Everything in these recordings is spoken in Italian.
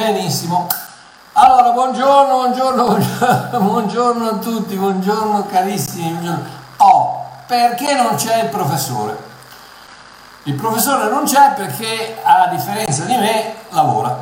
Benissimo. Allora, buongiorno a tutti, buongiorno carissimi. Buongiorno. Perché non c'è il professore? Il professore non c'è perché, a differenza di me, lavora.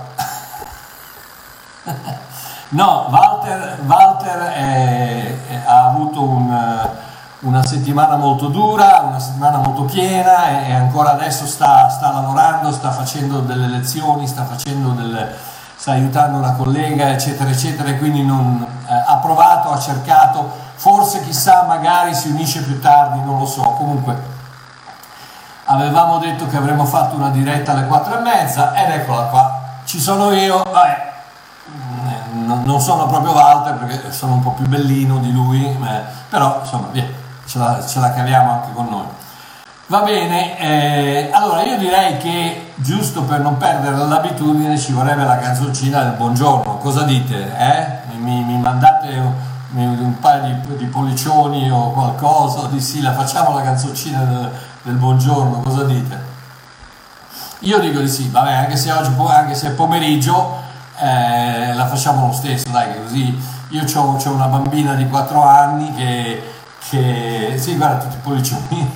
No, Walter ha avuto una settimana molto dura, una settimana molto piena e ancora adesso sta lavorando, sta facendo delle lezioni, sta aiutando una collega, eccetera, eccetera, e quindi ha provato, ha cercato, forse chissà, magari si unisce più tardi, non lo so. Comunque avevamo detto che avremmo fatto una diretta alle 4:30 ed eccola qua, ci sono io. Vabbè, non sono proprio Walter perché sono un po' più bellino di lui, però insomma via, ce la caviamo anche con noi. Va bene, allora io direi che giusto per non perdere l'abitudine ci vorrebbe la canzoncina del buongiorno. Cosa dite? Mi mandate un paio di pollicioni o qualcosa? Di sì, la facciamo la canzoncina del buongiorno, cosa dite? Io dico di sì, vabbè, anche se oggi, anche se è pomeriggio, la facciamo lo stesso, dai, che così. Io c'ho una bambina di 4 anni che sì, guarda tutti i pollicioni.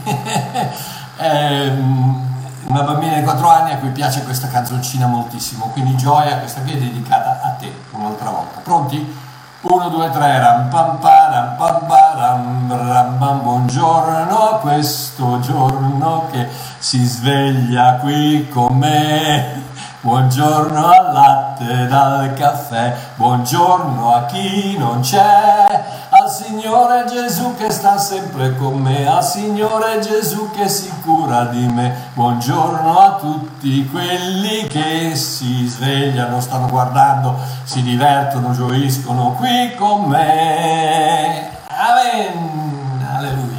Una bambina di 4 anni a cui piace questa canzoncina moltissimo, quindi Gioia, questa qui è dedicata a te un'altra volta. Pronti? 1, 2, 3, ram pam param pam param ram pam. Buongiorno a questo giorno che si sveglia qui con me. Buongiorno al latte dal caffè, buongiorno a chi non c'è, al Signore Gesù che sta sempre con me, al Signore Gesù che si cura di me. Buongiorno a tutti quelli che si svegliano, stanno guardando, si divertono, gioiscono qui con me. Amen, alleluia.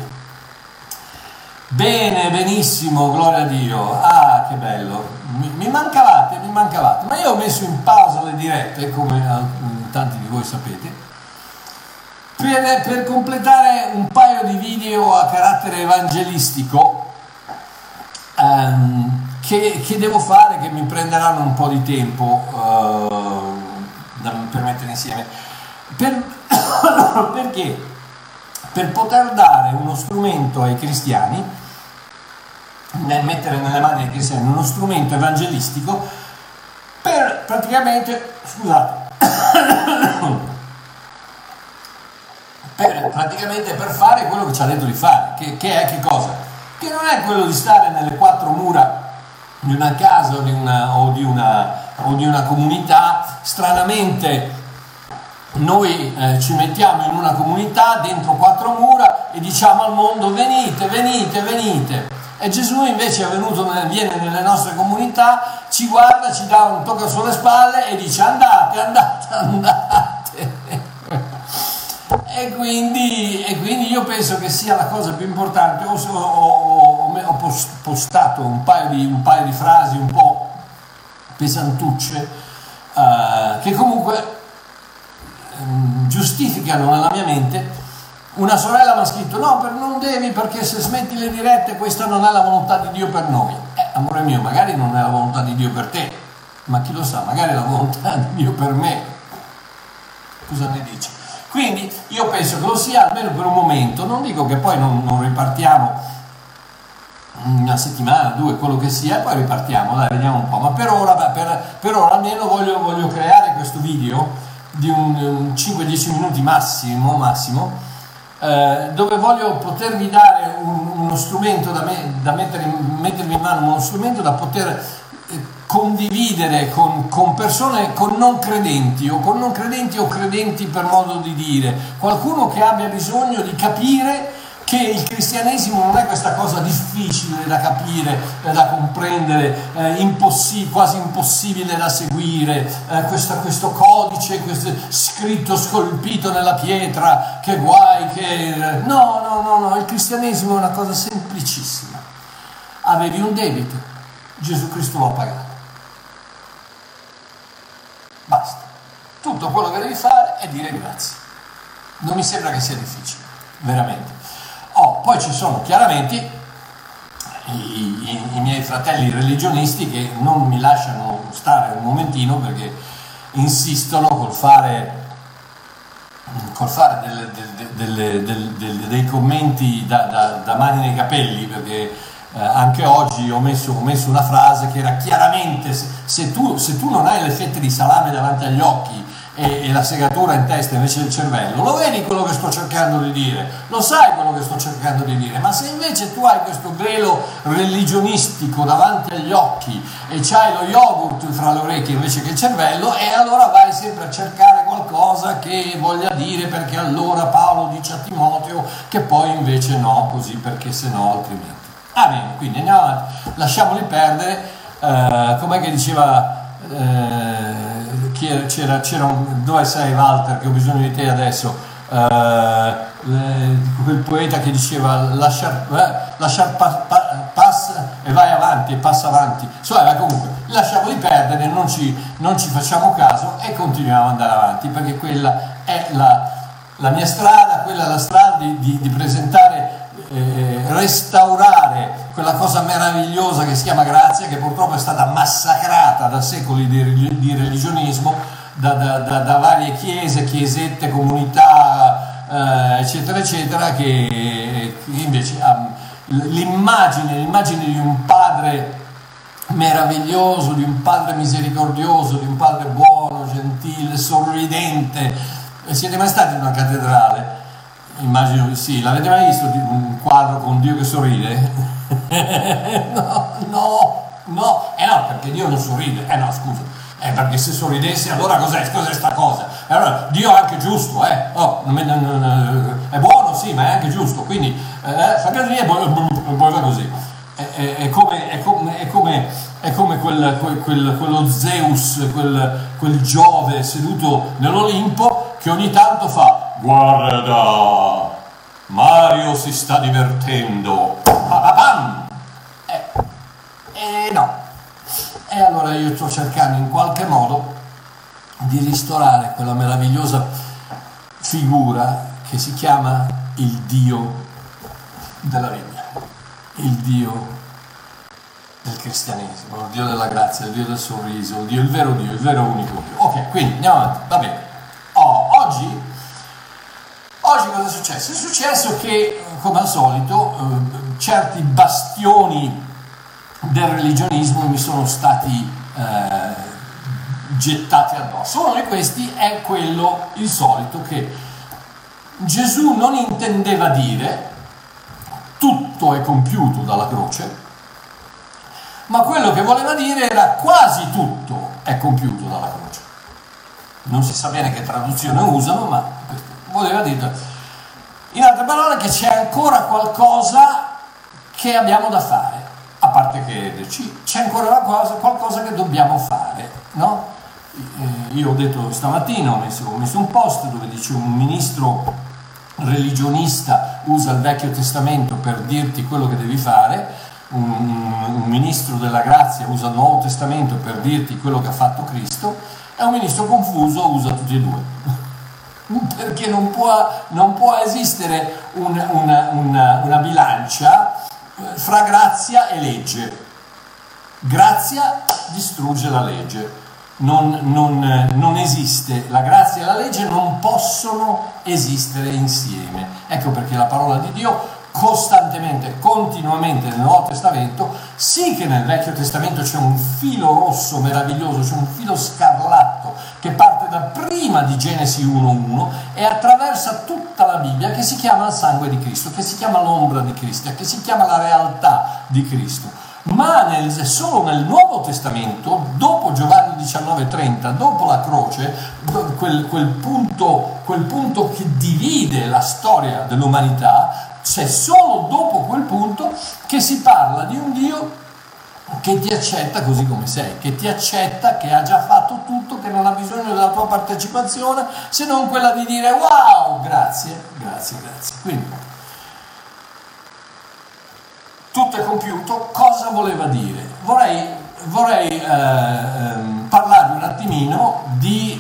Bene, benissimo, gloria a Dio. Ah, che bello. Mi mancavate, ma io ho messo in pausa le dirette, come tanti di voi sapete, per completare un paio di video a carattere evangelistico che devo fare, che mi prenderanno un po' di tempo per mettere insieme. Perché? Per poter dare uno strumento ai cristiani, nel mettere nelle mani dei cristiani uno strumento evangelistico per praticamente, per fare quello che ci ha detto di fare, che è che cosa? Che non è quello di stare nelle 4 mura di una casa o di una comunità. Stranamente noi ci mettiamo in una comunità dentro 4 mura e diciamo al mondo venite, venite, venite. E Gesù invece viene nelle nostre comunità, ci guarda, ci dà un tocco sulle spalle e dice andate. E quindi io penso che sia la cosa più importante. Ho postato un paio di frasi un po' pesantucce che comunque giustificano nella mia mente. Una sorella mi ha scritto: no, non devi, perché se smetti le dirette questa non è la volontà di Dio per noi. Amore mio, magari non è la volontà di Dio per te, ma chi lo sa, magari è la volontà di Dio per me. Cosa ne dici? Quindi io penso che lo sia almeno per un momento. Non dico che poi non ripartiamo una settimana, 2, quello che sia, e poi ripartiamo, dai, vediamo un po'. Ma per ora almeno voglio creare questo video di un 5-10 minuti massimo, dove voglio potervi dare uno strumento da mettervi in mano, uno strumento da poter condividere con persone, con non credenti o credenti per modo di dire, qualcuno che abbia bisogno di capire che il cristianesimo non è questa cosa difficile da capire, da comprendere, quasi impossibile da seguire, questo codice, questo scritto scolpito nella pietra, che guai, che... No, il cristianesimo è una cosa semplicissima. Avevi un debito, Gesù Cristo lo ha pagato. Basta. Tutto quello che devi fare è dire grazie. Non mi sembra che sia difficile, veramente. Poi ci sono chiaramente i miei fratelli religionisti che non mi lasciano stare un momentino, perché insistono col fare dei commenti da mani nei capelli, perché anche oggi ho messo una frase che era chiaramente: se tu non hai le fette di salame davanti agli occhi e la segatura in testa invece del cervello, lo vedi quello che sto cercando di dire, lo sai quello che sto cercando di dire, ma se invece tu hai questo velo religionistico davanti agli occhi e c'hai lo yogurt fra le orecchie invece che il cervello, e allora vai sempre a cercare qualcosa che voglia dire perché allora Paolo dice a Timoteo che poi invece no, così perché se no altrimenti. Bene, quindi andiamo avanti, lasciamoli perdere. Com'è che diceva, c'era dove sei Walter, che ho bisogno di te adesso, quel poeta che diceva lasciar passa e vai avanti e passa avanti, comunque lasciamoli perdere, non ci facciamo caso e continuiamo ad andare avanti, perché quella è la mia strada, quella è la strada di presentare, restaurare quella cosa meravigliosa che si chiama grazia, che purtroppo è stata massacrata da secoli di religionismo, da varie chiesette, comunità, eccetera eccetera, che invece l'immagine di un padre meraviglioso, di un padre misericordioso, di un padre buono, gentile, sorridente. Siete mai stati in una cattedrale? Immagino di sì. L'avete mai visto un quadro con Dio che sorride? No, perché Dio non sorride. No, scusa. Perché se sorridesse, allora cos'è sta cosa? Allora, Dio è anche giusto, è buono, sì, ma è anche giusto, quindi sapete lì e poi va così. È come quello Zeus, quel Giove seduto nell'Olimpo, che ogni tanto fa: guarda, Mario si sta divertendo. No. E allora io sto cercando in qualche modo di ristorare quella meravigliosa figura che si chiama il Dio della Bibbia, il Dio del cristianesimo, il Dio della grazia, il Dio del sorriso, il vero Dio, il vero unico Dio. Ok, quindi andiamo avanti, va bene. Oggi cosa è successo? È successo che, come al solito, certi bastioni del religionismo mi sono stati gettati addosso. Uno di questi è il solito, che Gesù non intendeva dire tutto è compiuto dalla croce, ma quello che voleva dire era quasi tutto è compiuto dalla croce. Non si sa bene che traduzione usano, ma voleva dire, in altre parole, che c'è ancora qualcosa che abbiamo da fare. A parte che c'è ancora qualcosa che dobbiamo fare, no? Io ho detto stamattina, ho messo un post dove dice: un ministro religionista usa il Vecchio Testamento per dirti quello che devi fare, un ministro della grazia usa il Nuovo Testamento per dirti quello che ha fatto Cristo, e un ministro confuso usa tutti e due, perché non può esistere una bilancia fra grazia e legge. Grazia distrugge la legge, non esiste, la grazia e la legge non possono esistere insieme. Ecco perché la parola di Dio costantemente, continuamente nel Nuovo Testamento, sì che nel Vecchio Testamento c'è un filo rosso meraviglioso, c'è un filo scarlatto che parte da prima di Genesi 1:1 e attraversa tutta la Bibbia, che si chiama il sangue di Cristo, che si chiama l'ombra di Cristo, che si chiama la realtà di Cristo. Ma solo nel Nuovo Testamento, dopo Giovanni 19:30, dopo la croce, quel punto che divide la storia dell'umanità, c'è solo dopo quel punto che si parla di un Dio che ti accetta così come sei, che ti accetta, che ha già fatto tutto, che non ha bisogno della tua partecipazione, se non quella di dire wow, grazie. Quindi tutto è compiuto. Cosa voleva dire? Vorrei parlarvi un attimino di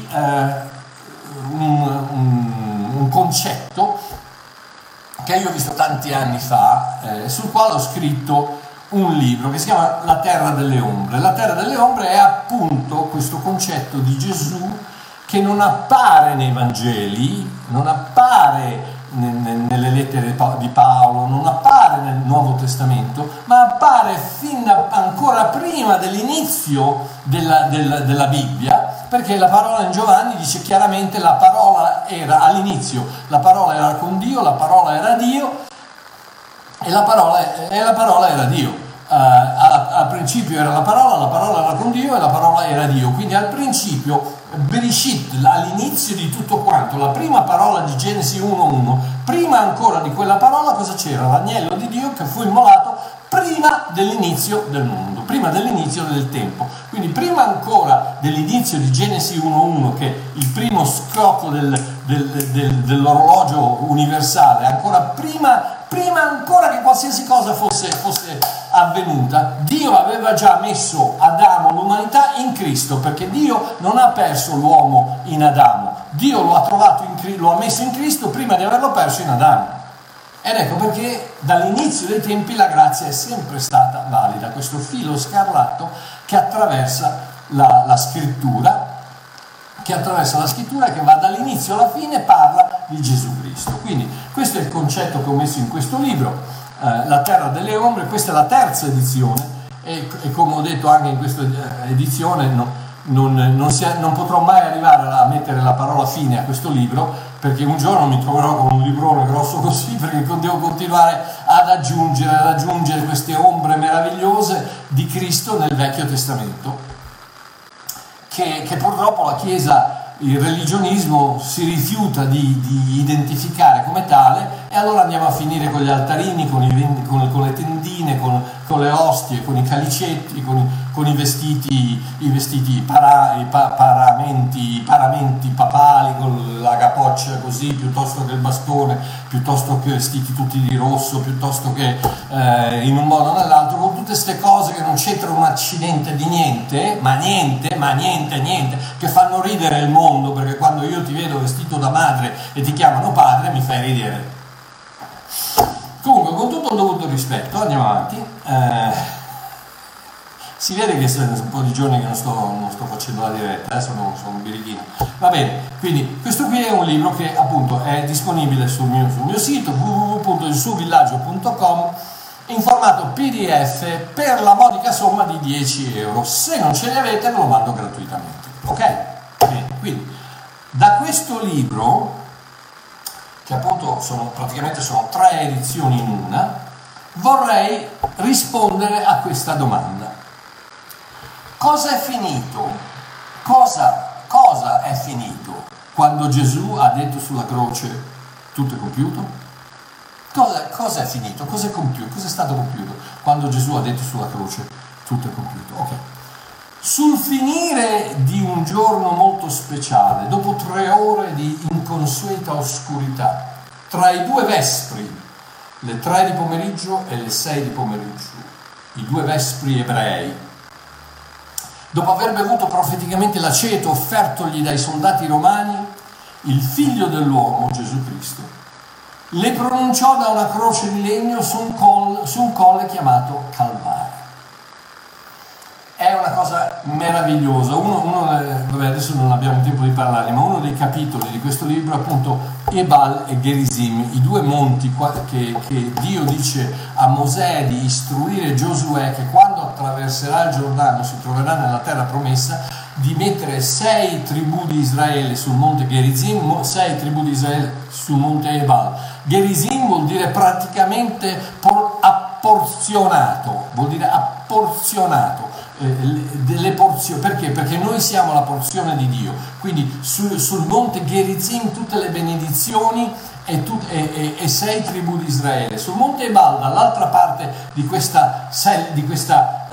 un concetto che io ho visto tanti anni fa, sul quale ho scritto un libro che si chiama La Terra delle Ombre. La Terra delle Ombre è appunto questo concetto di Gesù che non appare nei Vangeli, non appare nelle lettere di Paolo, non appare nel Nuovo Testamento, ma appare ancora prima dell'inizio della Bibbia, perché la parola in Giovanni dice chiaramente la parola era all'inizio, la parola era con Dio, la parola era Dio e la parola era Dio. Al principio era la parola era con Dio e la parola era Dio. Quindi al principio, Bereshit, all'inizio di tutto quanto, la prima parola di Genesi 1:1, prima ancora di quella parola cosa c'era? L'agnello di Dio che fu immolato prima dell'inizio del mondo, prima dell'inizio del tempo. Quindi prima ancora dell'inizio di Genesi 1:1, che è il primo scrocco dell'orologio universale, ancora prima ancora che qualsiasi cosa fosse avvenuta, Dio aveva già messo Adamo, l'umanità, in Cristo, perché Dio non ha perso l'uomo in Adamo, Dio lo ha messo in Cristo prima di averlo perso in Adamo. Ed ecco perché dall'inizio dei tempi la grazia è sempre stata valida, questo filo scarlatto che attraversa la scrittura, che va dall'inizio alla fine, parla di Gesù Cristo. Quindi questo è il concetto che ho messo in questo libro, La Terra delle Ombre. Questa è la terza edizione e come ho detto anche in questa edizione non potrò mai arrivare a mettere la parola fine a questo libro, perché un giorno mi troverò con un librone grosso così, perché devo continuare ad aggiungere queste ombre meravigliose di Cristo nel Vecchio Testamento, che purtroppo la Chiesa, il religionismo si rifiuta di identificare come tale, e allora andiamo a finire con gli altarini, con le tendine, con le ostie, con i calicetti, con i vestiti paramenti papali, con la capoccia così, piuttosto che il bastone, piuttosto che vestiti tutti di rosso, piuttosto che in un modo o nell'altro, con tutte queste cose che non c'entrano un accidente di niente, ma niente, che fanno ridere il mondo, perché quando io ti vedo vestito da madre e ti chiamano padre mi fai ridere. Comunque, con tutto il dovuto rispetto, andiamo avanti. Si vede che sono un po' di giorni che non sto facendo la diretta, sono un birichino. Va bene, quindi questo qui è un libro che appunto è disponibile sul mio sito www.ilsuovillaggio.com in formato PDF per la modica somma di 10 euro. Se non ce li avete ve lo mando gratuitamente. Ok? Bene, quindi da questo libro, che appunto sono 3 edizioni in una, vorrei rispondere a questa domanda. Cosa è finito? Cosa è finito quando Gesù ha detto sulla croce tutto è compiuto? Cosa è finito? Cosa è compiuto? Cosa è stato compiuto quando Gesù ha detto sulla croce tutto è compiuto? Ok. Sul finire di un giorno molto speciale, dopo 3 ore di inconsueta oscurità, tra i 2 vespri, le 3 di pomeriggio e le 6 di pomeriggio, i 2 vespri ebrei, dopo aver bevuto profeticamente l'aceto offertogli dai soldati romani, il figlio dell'uomo, Gesù Cristo, le pronunciò da una croce di legno su un colle chiamato Calvario. È una cosa meravigliosa. Vabbè, adesso non abbiamo tempo di parlarne, ma uno dei capitoli di questo libro è appunto Ebal e Gerizim, i 2 monti che Dio dice a Mosè di istruire Giosuè, che quando attraverserà il Giordano si troverà nella terra promessa, di mettere 6 tribù di Israele sul monte Gerizim, 6 tribù di Israele sul monte Ebal. Gerizim vuol dire praticamente apporzionato, delle porzioni. Perché? Perché noi siamo la porzione di Dio, quindi sul monte Gerizim tutte le benedizioni e 6 tribù di Israele. Sul monte Ebal, dall'altra parte di questa sella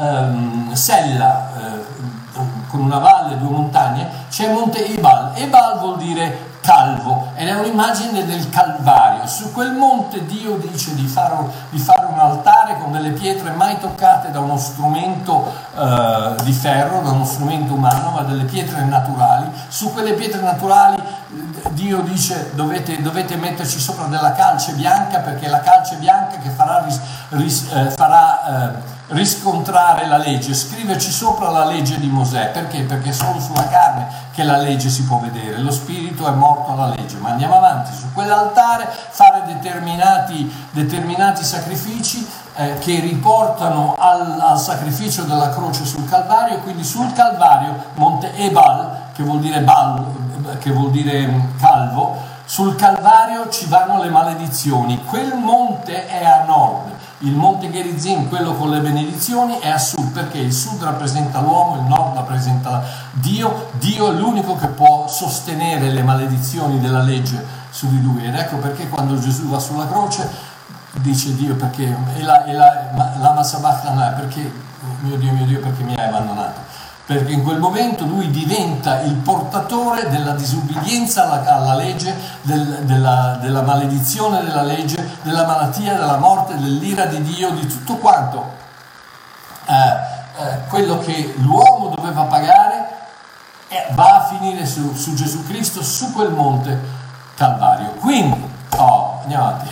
con una valle e 2 montagne, c'è il monte Ebal. Ebal vuol dire calvo ed è un'immagine del Calvario. Su quel monte Dio dice di fare un altare con delle pietre mai toccate da uno strumento di ferro, da uno strumento umano, ma delle pietre naturali. Su quelle pietre naturali Dio dice dovete metterci sopra della calce bianca, perché è la calce bianca che farà riscontrare la legge, scriverci sopra la legge di Mosè. Perché? Perché è solo sulla carne che la legge si può vedere, lo spirito è morto alla legge. Ma andiamo avanti, su quell'altare fare determinati sacrifici che riportano al sacrificio della croce sul Calvario. Quindi sul Calvario, Monte Ebal, che vuol dire calvo, sul Calvario ci vanno le maledizioni. Quel monte è a nord, il monte Gerizim, quello con le benedizioni, è a sud, perché il sud rappresenta l'uomo, il nord rappresenta Dio. Dio è l'unico che può sostenere le maledizioni della legge su di lui. Ed ecco perché quando Gesù va sulla croce dice Dio, perché lama sabachthani, perché mio Dio, perché mi hai abbandonato? Perché in quel momento lui diventa il portatore della disubbidienza alla legge, della maledizione della legge, della malattia, della morte, dell'ira di Dio, di tutto quanto quello che l'uomo doveva pagare va a finire su Gesù Cristo, su quel monte Calvario. Quindi, andiamo avanti.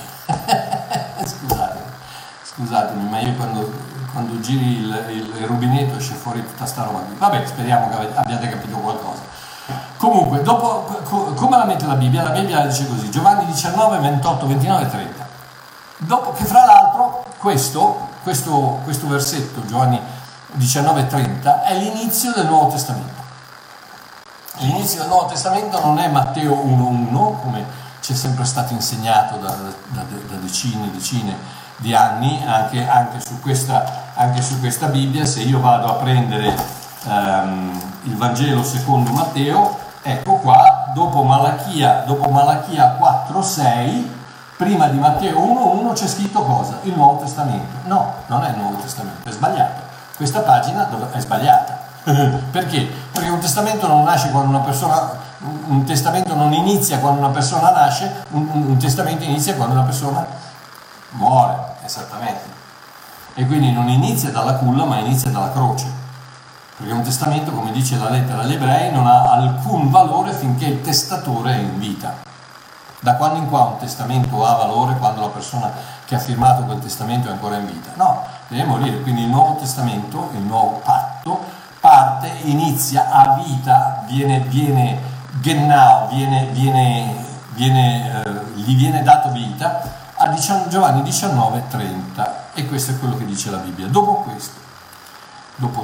Scusatemi, ma io quando giri il rubinetto esce fuori tutta sta roba qui. Vabbè, speriamo che abbiate capito qualcosa. Comunque, dopo, come la mette la Bibbia? La Bibbia dice così, Giovanni 19, 28, 29 e 30. Dopo che fra l'altro questo versetto, Giovanni 19, 30, è l'inizio del Nuovo Testamento. L'inizio del Nuovo Testamento non è Matteo 1,1, come ci è sempre stato insegnato da decine e decine di anni, anche su questa Bibbia. Se io vado a prendere il Vangelo secondo Matteo, ecco qua, dopo Malachia 4,6, prima di Matteo 1,1 c'è scritto cosa? Il Nuovo Testamento. No, non è il Nuovo Testamento, è sbagliato. Questa pagina è sbagliata. Perché? Perché un testamento non nasce quando una persona, un testamento non inizia quando una persona nasce, un testamento inizia quando una persona muore, esattamente. E quindi non inizia dalla culla, ma inizia dalla croce. Perché un testamento, come dice la lettera agli Ebrei, non ha alcun valore finché il testatore è in vita. Da quando in qua un testamento ha valore? Quando la persona che ha firmato quel testamento è ancora in vita. No, deve morire. Quindi il Nuovo Testamento, il nuovo patto, inizia a vita, gli viene dato vita a Giovanni 19, 30, e questo è quello che dice la Bibbia. Dopo questo, dopo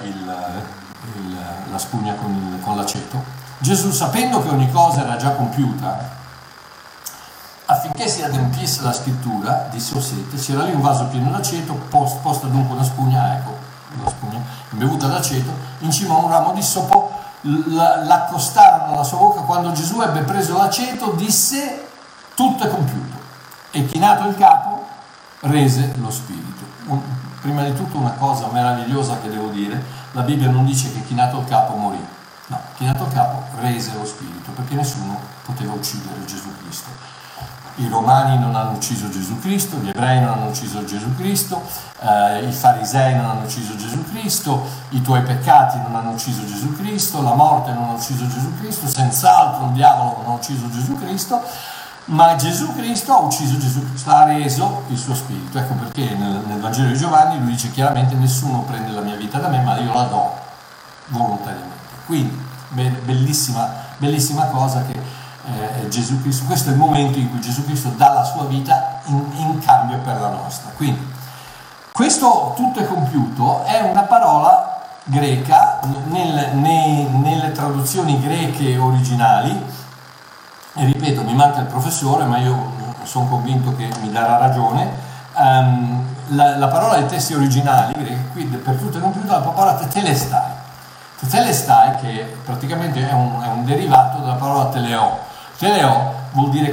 la spugna con l'aceto, Gesù, sapendo che ogni cosa era già compiuta, affinché si adempisse la scrittura, disse o sete, c'era lì un vaso pieno d'aceto, posta dunque una spugna, ecco, la spugna bevuta d'aceto, in cima a un ramo di sopo, l'accostarono alla sua bocca. Quando Gesù ebbe preso l'aceto, disse: tutto è compiuto, e chinato il capo rese lo spirito. Prima di tutto una cosa meravigliosa che devo dire: la Bibbia non dice che chinato il capo morì, no, chinato il capo rese lo spirito, perché nessuno poteva uccidere Gesù Cristo. I romani non hanno ucciso Gesù Cristo, gli ebrei non hanno ucciso Gesù Cristo, i farisei non hanno ucciso Gesù Cristo, i tuoi peccati non hanno ucciso Gesù Cristo, la morte non ha ucciso Gesù Cristo, senz'altro il diavolo non ha ucciso Gesù Cristo, ma Gesù Cristo ha ucciso Gesù Cristo, ha reso il suo spirito. Ecco perché nel Vangelo di Giovanni lui dice chiaramente: nessuno prende la mia vita da me, ma io la do volontariamente. Quindi bellissima cosa che Gesù Cristo, questo è il momento in cui Gesù Cristo dà la sua vita in cambio per la nostra. Quindi questo tutto è compiuto è una parola greca nelle traduzioni greche originali, e ripeto, mi manca il professore, ma io sono convinto che mi darà ragione. La parola dei testi originali grechi, qui per tutto è compiuto, la parola tetelestai. Tetelestai, che praticamente è un derivato della parola teleo. Teleo vuol dire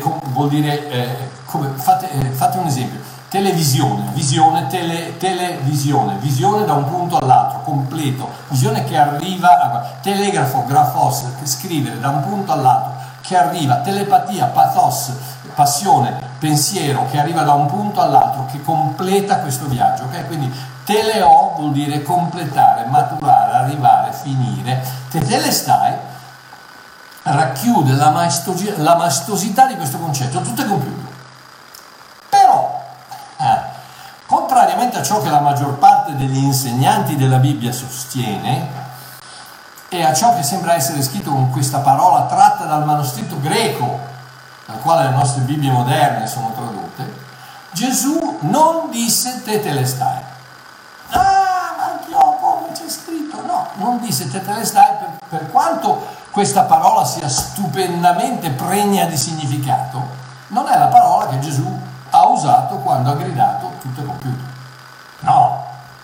fate un esempio: televisione, visione, televisione, visione da un punto all'altro, completo, visione che arriva, telegrafo, grafos, scrivere da un punto all'altro, che arriva, telepatia, pathos, passione, pensiero, che arriva da un punto all'altro, che completa questo viaggio, ok? Quindi teleo vuol dire completare, maturare, arrivare, finire. Tetelestai racchiude la maestosità di questo concetto, tutto è compiuto. Però, contrariamente a ciò che la maggior parte parte degli insegnanti della Bibbia sostiene, e a ciò che sembra essere scritto con questa parola tratta dal manoscritto greco, dal quale le nostre Bibbie moderne sono tradotte, Gesù non disse tetelestai. Ma come c'è scritto? No, non disse tetelestai per quanto questa parola sia stupendamente pregna di significato, non è la parola che Gesù ha usato quando ha gridato tutto è compiuto. No.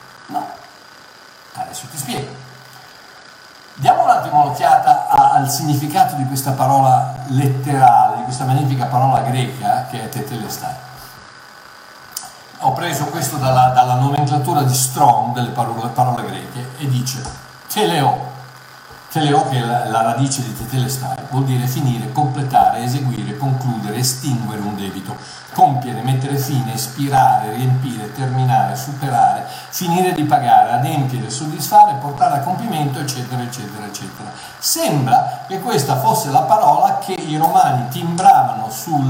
Adesso ti spiego. Diamo un attimo un'occhiata al significato di questa parola letterale, di questa magnifica parola greca che è tetelestai. Ho preso questo dalla nomenclatura di Strong delle parole greche e dice teleo, che è la radice di tetelestai, vuol dire finire, completare, eseguire, concludere, estinguere un debito, compiere, mettere fine, espirare, riempire, terminare, superare, finire di pagare, adempiere, soddisfare, portare a compimento, eccetera, eccetera, eccetera. Sembra che questa fosse la parola che i romani timbravano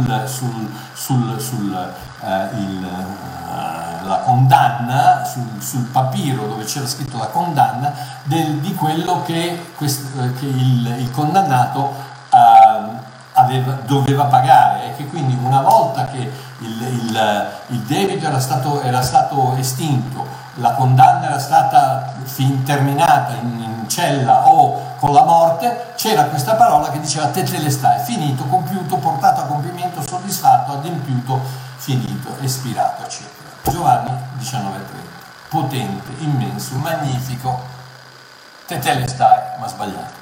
la condanna, sul papiro dove c'era scritto la condanna di quello che il condannato doveva pagare, e che quindi una volta che il debito era stato estinto, la condanna era stata terminata in cella o con la morte, c'era questa parola che diceva tetelestai, finito, compiuto, portato a compimento, soddisfatto, adempiuto, finito, espirato, eccetera. Giovanni 19,30, potente, immenso, magnifico, tetelestai, ma sbagliato.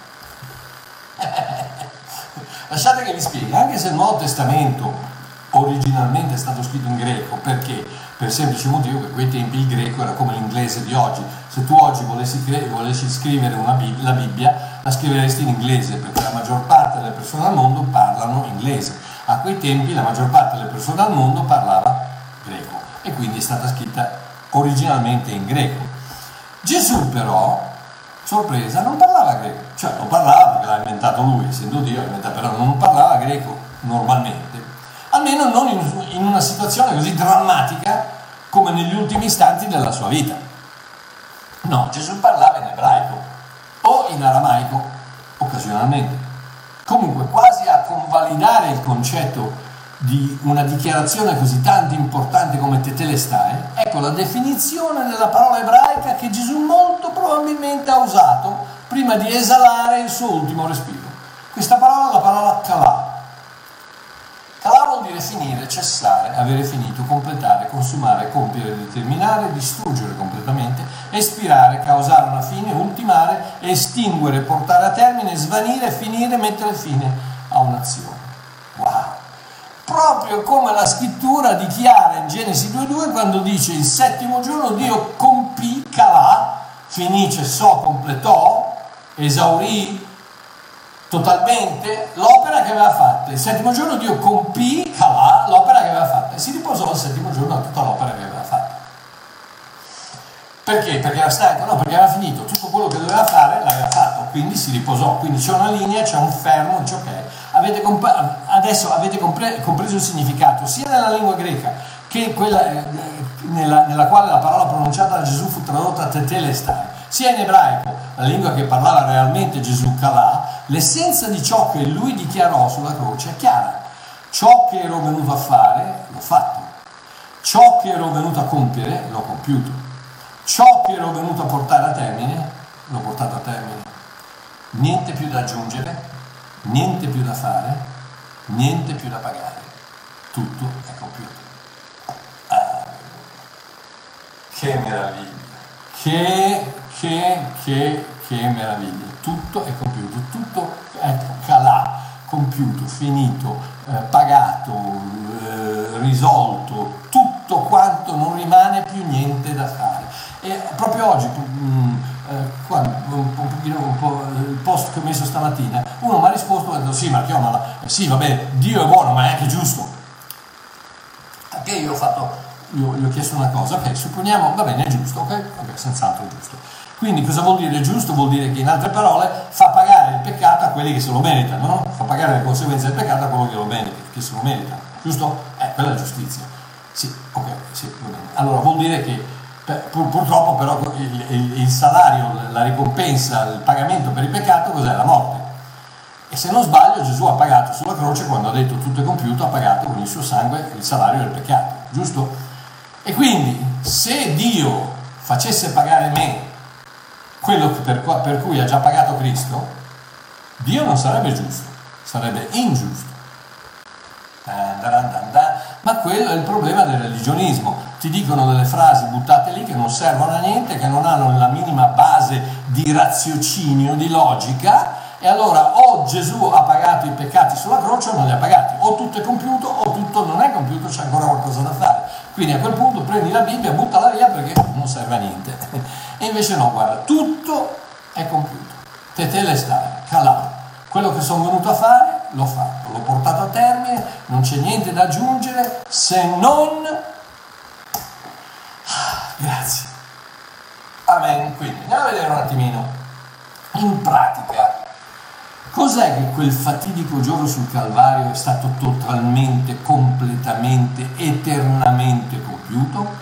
Lasciate che vi spieghi, anche se il Nuovo Testamento originalmente è stato scritto in greco, perché? Per il semplice motivo che a quei tempi il greco era come l'inglese di oggi. Se tu oggi volessi scrivere la Bibbia, la scriveresti in inglese, perché la maggior parte delle persone al mondo parlano inglese. A quei tempi la maggior parte delle persone al mondo parlava greco, e quindi è stata scritta originalmente in greco. Gesù però, sorpresa, non parlava greco, cioè lo parlava perché l'ha inventato lui, essendo Dio, però non parlava greco normalmente, almeno non in una situazione così drammatica come negli ultimi istanti della sua vita. No, Gesù parlava in ebraico o in aramaico occasionalmente. Comunque, quasi a convalidare il concetto di una dichiarazione così tanto importante come tetelestai, ecco la definizione della parola ebraica che Gesù molto probabilmente ha usato prima di esalare il suo ultimo respiro. Questa parola è la parola kalà. Kalà vuol dire finire, cessare, avere finito, completare, consumare, compiere, determinare, distruggere completamente, espirare, causare una fine, ultimare, estinguere, portare a termine, svanire, finire, mettere fine a un'azione. Wow! Proprio come la scrittura dichiara in Genesi 2,2 quando dice il settimo giorno Dio compì, kalà, finì, cessò, completò, esaurì totalmente l'opera che aveva fatta. Il settimo giorno Dio compì, kalà, l'opera che aveva fatta, e si riposò il settimo giorno da tutta l'opera che aveva fatta. Perché? Perché era stanco? No, perché aveva finito tutto quello che doveva fare, l'aveva fatto, quindi si riposò. Quindi c'è una linea, c'è un fermo, dice ok, adesso avete compreso il significato sia nella lingua greca che quella nella quale la parola pronunciata da Gesù fu tradotta tetelestai, sia in ebraico, la lingua che parlava realmente Gesù, kalà. L'essenza di ciò che lui dichiarò sulla croce è chiara. Ciò che ero venuto a fare, l'ho fatto. Ciò che ero venuto a compiere, l'ho compiuto. Ciò che ero venuto a portare a termine, l'ho portato a termine. Niente più da aggiungere, niente più da fare, niente più da pagare. Tutto è compiuto. Che meraviglia! Che meraviglia! Tutto è compiuto, tutto è kalà, compiuto, finito, pagato, risolto, tutto quanto, non rimane più niente da fare. E proprio oggi, il post che ho messo stamattina, uno mi ha risposto e ha detto sì, Marchio, sì, vabbè, Dio è buono, ma è anche giusto. Perché io gli ho chiesto una cosa, ok, supponiamo, va bene, è giusto, ok, senz'altro è giusto. Quindi cosa vuol dire giusto? Vuol dire che, in altre parole, fa pagare il peccato a quelli che se lo meritano, no? Fa pagare le conseguenze del peccato a quello che se lo meritano, giusto? Quella è giustizia. Sì, ok, sì, va bene. Allora vuol dire che Purtroppo però il salario, la ricompensa, il pagamento per il peccato cos'è? La morte. E se non sbaglio Gesù ha pagato sulla croce, quando ha detto tutto è compiuto, ha pagato con il suo sangue il salario del peccato, giusto? E quindi se Dio facesse pagare me quello per cui ha già pagato Cristo, Dio non sarebbe giusto, sarebbe ingiusto. Ma quello è il problema del religionismo. Ti dicono delle frasi buttate lì che non servono a niente, che non hanno la minima base di raziocinio, di logica, e allora o Gesù ha pagato i peccati sulla croce o non li ha pagati, o tutto è compiuto o tutto non è compiuto, c'è ancora qualcosa da fare. Quindi a quel punto prendi la Bibbia, buttala via perché non serve a niente. E invece no, guarda, tutto è compiuto. Tetelestai, calà. Quello che sono venuto a fare l'ho fatto, l'ho portato a termine, non c'è niente da aggiungere se non grazie. Amen. Quindi andiamo a vedere un attimino in pratica cos'è che quel fatidico giorno sul Calvario è stato totalmente, completamente, eternamente compiuto.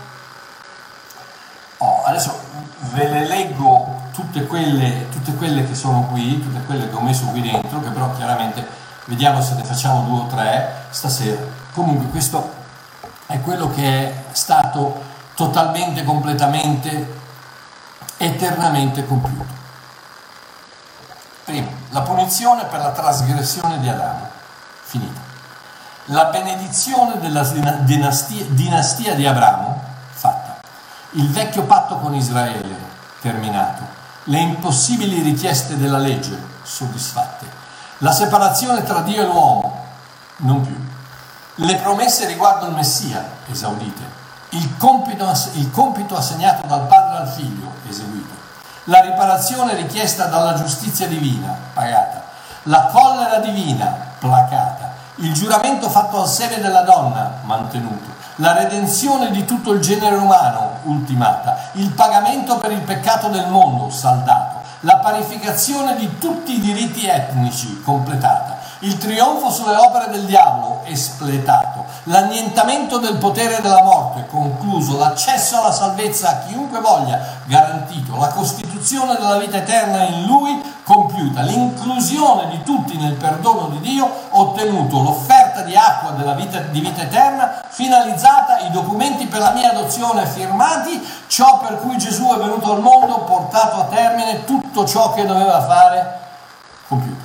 Adesso ve le leggo tutte quelle che sono qui, tutte quelle che ho messo qui dentro, che però chiaramente vediamo se ne facciamo 2 o 3 stasera. Comunque questo è quello che è stato totalmente, completamente, eternamente compiuto. Primo, la punizione per la trasgressione di Adamo, finita. La benedizione della dinastia di Abramo, fatta. Il vecchio patto con Israele, terminato. Le impossibili richieste della legge, soddisfatte. La separazione tra Dio e l'uomo, non più. Le promesse riguardo il Messia, esaudite. Il compito assegnato dal Padre al Figlio, eseguito. La riparazione richiesta dalla giustizia divina, pagata. La collera divina, placata. Il giuramento fatto al seme della donna, mantenuto. La redenzione di tutto il genere umano, ultimata. Il pagamento per il peccato del mondo, saldato. La parificazione di tutti i diritti etnici, completata. Il trionfo sulle opere del diavolo, espletato. L'annientamento del potere della morte, concluso. L'accesso alla salvezza a chiunque voglia, garantito. La costituzione della vita eterna in Lui, compiuta. L'inclusione di tutti nel perdono di Dio, ottenuto. L'offerta di acqua di vita eterna, finalizzata. I documenti per la mia adozione firmati. Ciò per cui Gesù è venuto al mondo, portato a termine. Tutto ciò che doveva fare, compiuto.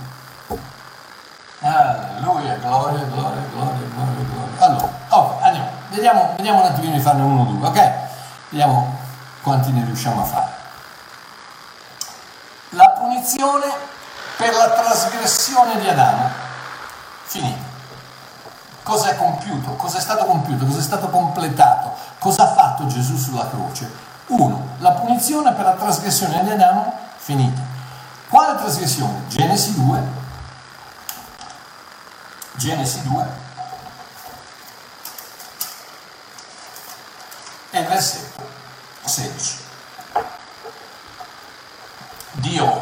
Alleluia, gloria, gloria, gloria, gloria, gloria. Allora, andiamo, vediamo un attimino di farne 1 o 2, ok? Vediamo quanti ne riusciamo a fare. La punizione per la trasgressione di Adamo, finita. Cosa è compiuto? Cosa è stato compiuto? Cosa è stato completato? Cosa ha fatto Gesù sulla croce? 1. La punizione per la trasgressione di Adamo, finita. Quale trasgressione? Genesi 2, e il versetto 16. Dio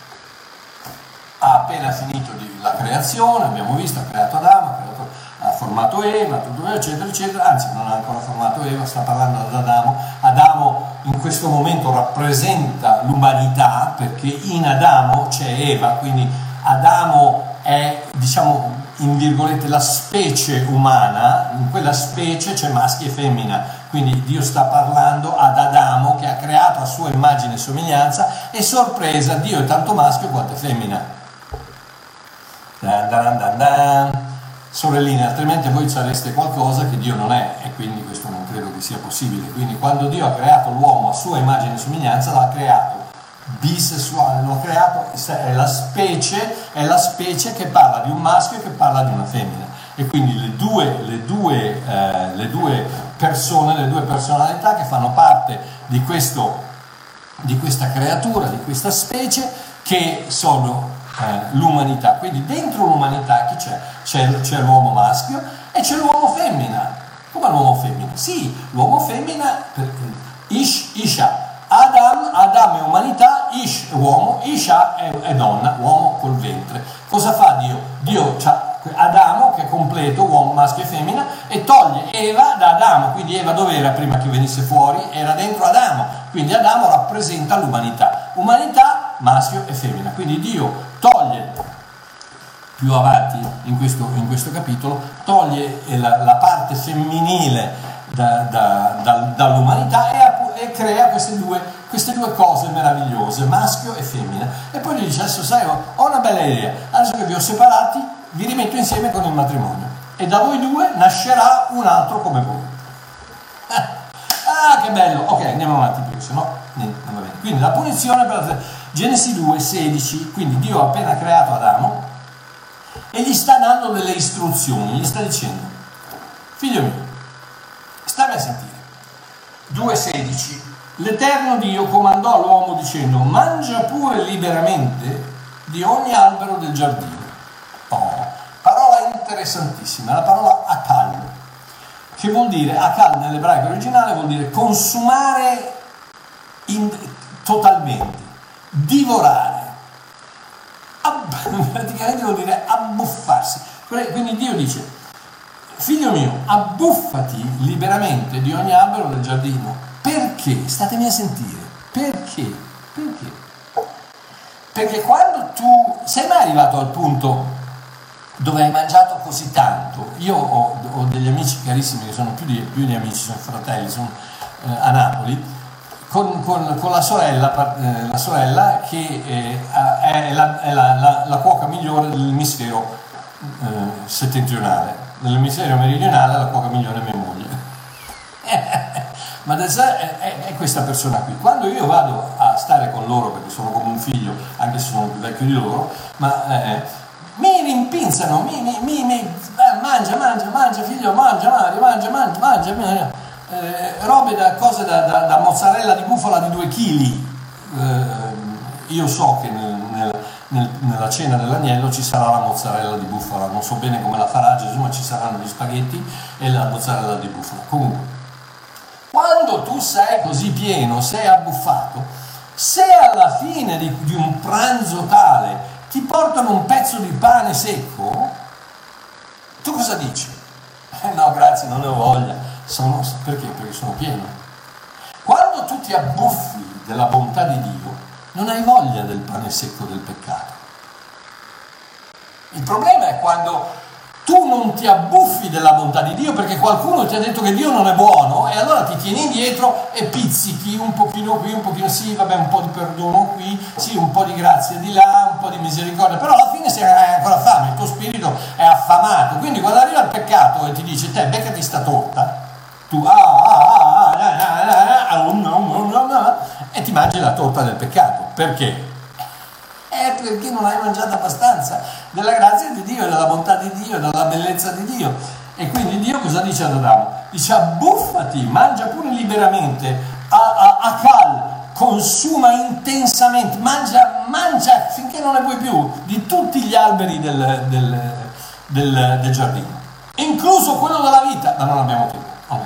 ha appena finito la creazione, abbiamo visto, ha creato Adamo, ha formato Eva, tutto eccetera, eccetera, anzi non ha ancora formato Eva, sta parlando ad Adamo. Adamo in questo momento rappresenta l'umanità, perché in Adamo c'è Eva, quindi Adamo è, diciamo, in virgolette, la specie umana, in quella specie c'è maschio e femmina, quindi Dio sta parlando ad Adamo che ha creato a sua immagine e somiglianza, e sorpresa, Dio è tanto maschio quanto è femmina. Sorelline, altrimenti voi sareste qualcosa che Dio non è, e quindi questo non credo che sia possibile. Quindi quando Dio ha creato l'uomo a sua immagine e somiglianza, l'ha creato bisessuale, lo ha creato, è la specie che parla di un maschio e che parla di una femmina, e quindi le due persone, le due personalità che fanno parte di questa creatura, di questa specie, che sono l'umanità. Quindi dentro l'umanità chi c'è? C'è l'uomo maschio e c'è l'uomo femmina. Come l'uomo femmina? Sì, l'uomo femmina, Isha. Adam è umanità, Ish è uomo, Isha è donna, uomo col ventre. Cosa fa Dio? Dio c'ha Adamo che è completo, uomo, maschio e femmina, e toglie Eva da Adamo, quindi Eva dove era prima che venisse fuori? Era dentro Adamo, quindi Adamo rappresenta l'umanità, umanità maschio e femmina, quindi Dio toglie, più avanti in questo capitolo, toglie la parte femminile dall'umanità e crea queste due cose meravigliose, maschio e femmina, e poi gli dice: adesso sai, ho una bella idea, adesso che vi ho separati vi rimetto insieme con il matrimonio e da voi due nascerà un altro come voi. Ah, che bello! Ok, andiamo avanti, perché sennò non va bene. Quindi la punizione per Genesi 2:16, quindi Dio ha appena creato Adamo e gli sta dando delle istruzioni, gli sta dicendo: figlio mio, stammi a sentire. 2:16, l'Eterno Dio comandò all'uomo dicendo: mangia pure liberamente di ogni albero del giardino. Oh, parola interessantissima, la parola akal, che vuol dire, akal nell'ebraico originale vuol dire consumare totalmente, divorare, praticamente vuol dire abbuffarsi. Quindi Dio dice: figlio mio, abbuffati liberamente di ogni albero del giardino. Perché? Statemi a sentire. Perché? Perché quando tu sei mai arrivato al punto dove hai mangiato così tanto? Io ho degli amici carissimi che sono più di amici, sono fratelli, sono a Napoli, con la sorella che è la cuoca migliore dell'emisfero settentrionale. Nell'emisfero meridionale la cuoca migliore è mia moglie. Ma è questa persona qui. Quando io vado a stare con loro, perché sono come un figlio, anche se sono più vecchio di loro, mi rimpinzano, mangia figlio, mangia, robe cose da mozzarella di bufala di 2 kg. Io so che nella cena dell'agnello ci sarà la mozzarella di bufala, non so bene come la farà Gesù, ma ci saranno gli spaghetti e la mozzarella di bufala. Comunque, quando tu sei così pieno, sei abbuffato, se alla fine di un pranzo tale ti portano un pezzo di pane secco, tu cosa dici? No, grazie, non ne ho voglia. Perché? Perché sono pieno. Quando tu ti abbuffi della bontà di Dio, non hai voglia del pane secco del peccato. Il problema è quando tu non ti abbuffi della bontà di Dio perché qualcuno ti ha detto che Dio non è buono, e allora ti tieni indietro e pizzichi un pochino qui, un pochino sì, vabbè, un po' di perdono qui, sì, un po' di grazia di là, un po' di misericordia, però alla fine hai ancora fame, il tuo spirito è affamato. Quindi quando arriva il peccato e ti dice: te beccati sta torta, tu e ti mangi la torta del peccato. Perché? Perché non hai mangiato abbastanza della grazia di Dio, della bontà di Dio, della bellezza di Dio. E quindi Dio cosa dice ad Adamo? Dice: abbuffati, mangia pure liberamente, akal, consuma intensamente, mangia finché non ne puoi più di tutti gli alberi del giardino, incluso quello della vita, ma non abbiamo tempo.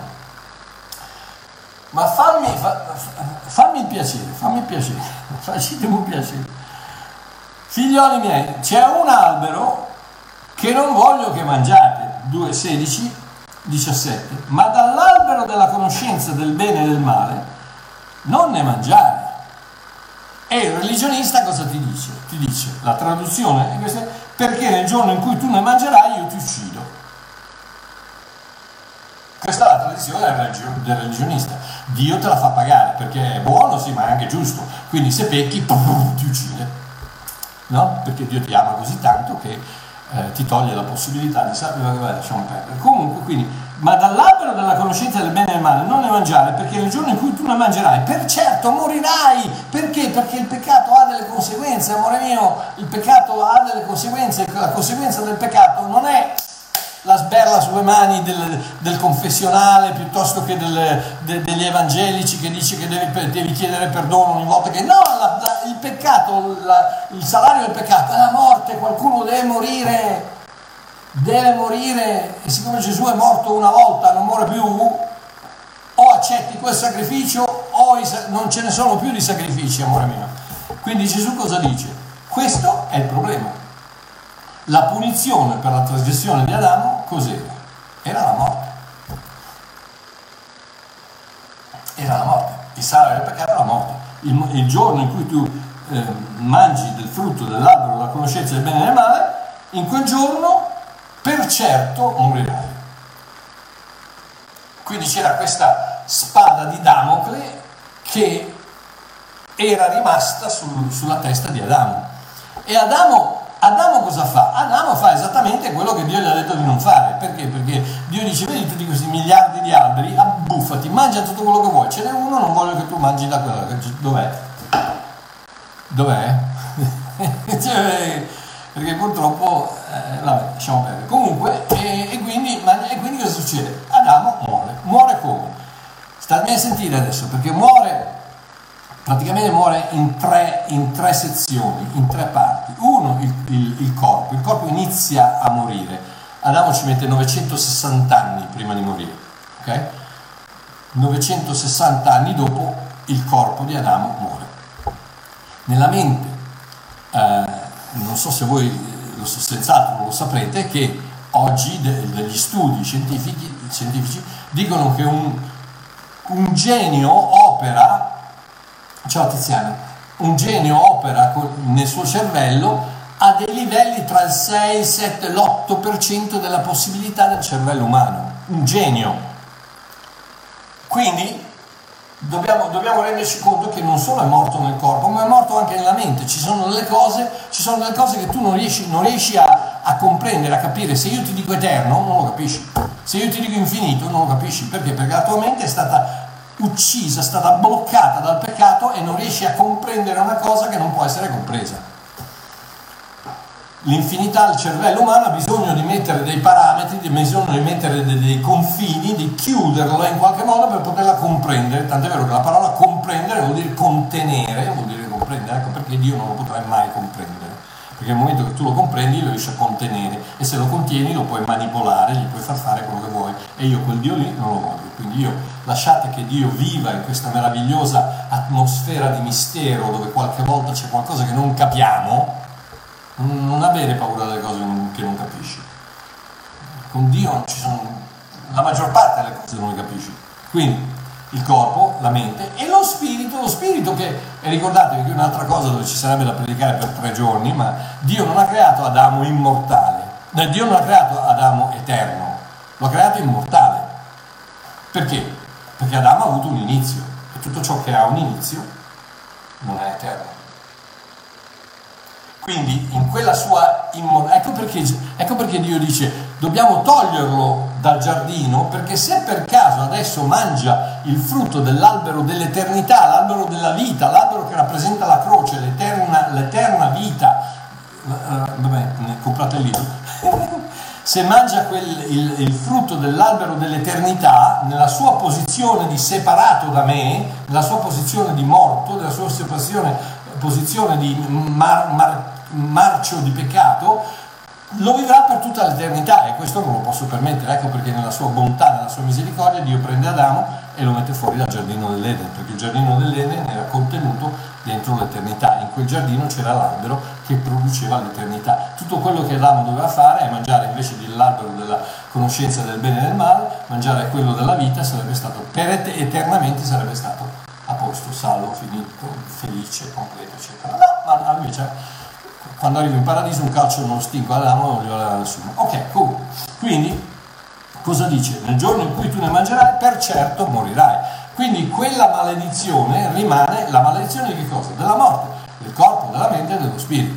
Ma fammi il piacere, facetemi un piacere. Figlioli miei, c'è un albero che non voglio che mangiate, 2:16, 17, ma dall'albero della conoscenza del bene e del male non ne mangiare. E il religionista cosa ti dice? Ti dice, la traduzione è questa: perché nel giorno in cui tu ne mangerai io ti uccido. Questa è la tradizione del religionista. Dio te la fa pagare perché è buono, sì, ma è anche giusto. Quindi se pecchi, ti uccide. No? Perché Dio ti ama così tanto che ti toglie la possibilità di sapere, lasciamo perdere. Comunque, quindi, ma dall'albero della conoscenza del bene e del male non ne mangiare, perché nel giorno in cui tu ne mangerai, per certo morirai. Perché? Perché il peccato ha delle conseguenze, amore mio, il peccato ha delle conseguenze. La conseguenza del peccato non è la sberla sulle mani del confessionale piuttosto che degli evangelici che dice che devi chiedere perdono ogni volta che... No, il peccato, il salario del peccato è la morte. Qualcuno deve morire, e siccome Gesù è morto una volta, non muore più, o accetti quel sacrificio o non ce ne sono più di sacrifici, amore mio. Quindi Gesù cosa dice? Questo è il problema. La punizione per la trasgressione di Adamo cos'era? Era la morte. era la morte. Il salario del peccato è la morte. Il giorno in cui tu mangi del frutto dell'albero della conoscenza del bene e del male, in quel giorno per certo morirai. Quindi c'era questa spada di Damocle che era rimasta sulla testa di Adamo. E Adamo cosa fa? Adamo fa esattamente quello che Dio gli ha detto di non fare. Perché? Perché Dio dice: vedi tutti questi miliardi di alberi, abbuffati, mangia tutto quello che vuoi, ce n'è uno, non voglio che tu mangi da quello. Dov'è? Cioè, perché purtroppo vabbè, lasciamo perdere. Comunque, e quindi cosa succede? Adamo muore come? Stammi a sentire adesso, perché praticamente muore in tre sezioni, in tre parti. Uno, il corpo inizia a morire. Adamo ci mette 960 anni prima di morire, ok? 960 anni dopo il corpo di Adamo muore. Nella mente, non so se voi senz'altro lo saprete, che oggi degli studi scientifici dicono che un genio opera, ciao Tiziano, un genio opera nel suo cervello a dei livelli tra il 6, il 7 e l'8% della possibilità del cervello umano. Un genio. Quindi dobbiamo renderci conto che non solo è morto nel corpo, ma è morto anche nella mente. Ci sono delle cose che tu non riesci a comprendere, a capire. Se io ti dico eterno, non lo capisci. Se io ti dico infinito, non lo capisci. Perché? Perché la tua mente è stata uccisa, è stata bloccata dal peccato e non riesci a comprendere una cosa che non può essere compresa. L'infinità, il cervello umano ha bisogno di mettere dei parametri, di mettere dei confini, di chiuderlo in qualche modo per poterla comprendere. Tant'è vero che la parola comprendere vuol dire contenere, vuol dire comprendere. Ecco perché Dio non lo potrai mai comprendere, perché nel momento che tu lo comprendi lo riesci a contenere, e se lo contieni lo puoi manipolare, gli puoi far fare quello che vuoi, e io quel Dio lì non lo voglio. Quindi lasciate che Dio viva in questa meravigliosa atmosfera di mistero, dove qualche volta c'è qualcosa che non capiamo. Non avere paura delle cose che non capisci. Con Dio la maggior parte delle cose non le capisci. Quindi il corpo, la mente e lo spirito che, e ricordatevi che è un'altra cosa dove ci sarebbe da predicare per 3 giorni, ma Dio non ha creato Adamo immortale, Dio non ha creato Adamo eterno, lo ha creato immortale. Perché? Perché Adamo ha avuto un inizio, e tutto ciò che ha un inizio non è eterno. Quindi in quella sua ecco perché Dio dice: dobbiamo toglierlo dal giardino, perché se per caso adesso mangia il frutto dell'albero dell'eternità, l'albero della vita, l'albero che rappresenta la croce, l'eterna vita, vabbè, comprate il libro, se mangia il frutto dell'albero dell'eternità, nella sua posizione di separato da me, nella sua posizione di morto, nella sua posizione di marcio di peccato, lo vivrà per tutta l'eternità, e questo non lo posso permettere. Ecco perché nella sua bontà, nella sua misericordia, Dio prende Adamo e lo mette fuori dal giardino dell'Eden, perché il giardino dell'Eden era contenuto dentro l'eternità. In quel giardino c'era l'albero che produceva l'eternità. Tutto quello che Adamo doveva fare è mangiare, invece dell'albero della conoscenza del bene e del male, mangiare quello della vita, sarebbe stato eternamente sarebbe stato a posto, salvo, finito, felice, completo, eccetera. No, ma invece quando arrivo in paradiso un calcio non lo stinco Adamo, non glielo dà nessuno. Ok, cool. Quindi cosa dice? Nel giorno in cui tu ne mangerai, per certo morirai. Quindi quella maledizione rimane la maledizione di che cosa? Della morte, del corpo, della mente e dello spirito.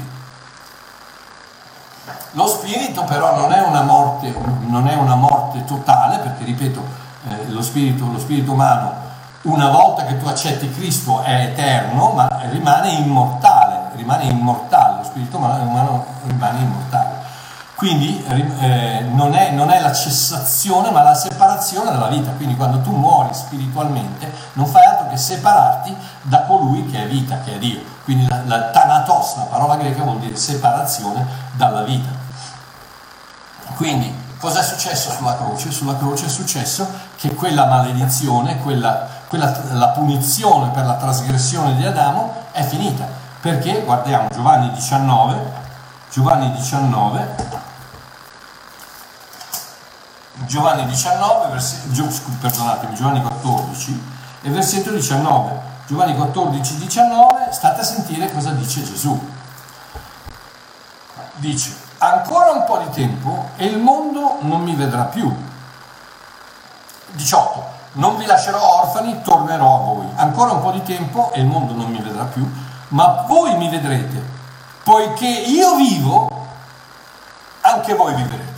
Lo spirito però non è una morte totale, perché ripeto, lo spirito umano, una volta che tu accetti Cristo, è eterno, ma rimane immortale, lo spirito umano rimane immortale. Quindi non è la cessazione, ma la separazione dalla vita. Quindi quando tu muori spiritualmente non fai altro che separarti da colui che è vita, che è Dio. Quindi la thanatos, la parola greca, vuol dire separazione dalla vita. Quindi cosa è successo sulla croce? Sulla croce è successo che quella maledizione, la punizione per la trasgressione di Adamo è finita. Perché? Guardiamo Giovanni 19, Giovanni 14, E versetto 19, Giovanni 14, 19, state a sentire cosa dice Gesù. Dice: ancora un po' di tempo e il mondo non mi vedrà più. 18, non vi lascerò orfani, tornerò a voi. Ancora un po' di tempo e il mondo non mi vedrà più, ma voi mi vedrete. Poiché io vivo, anche voi vivrete.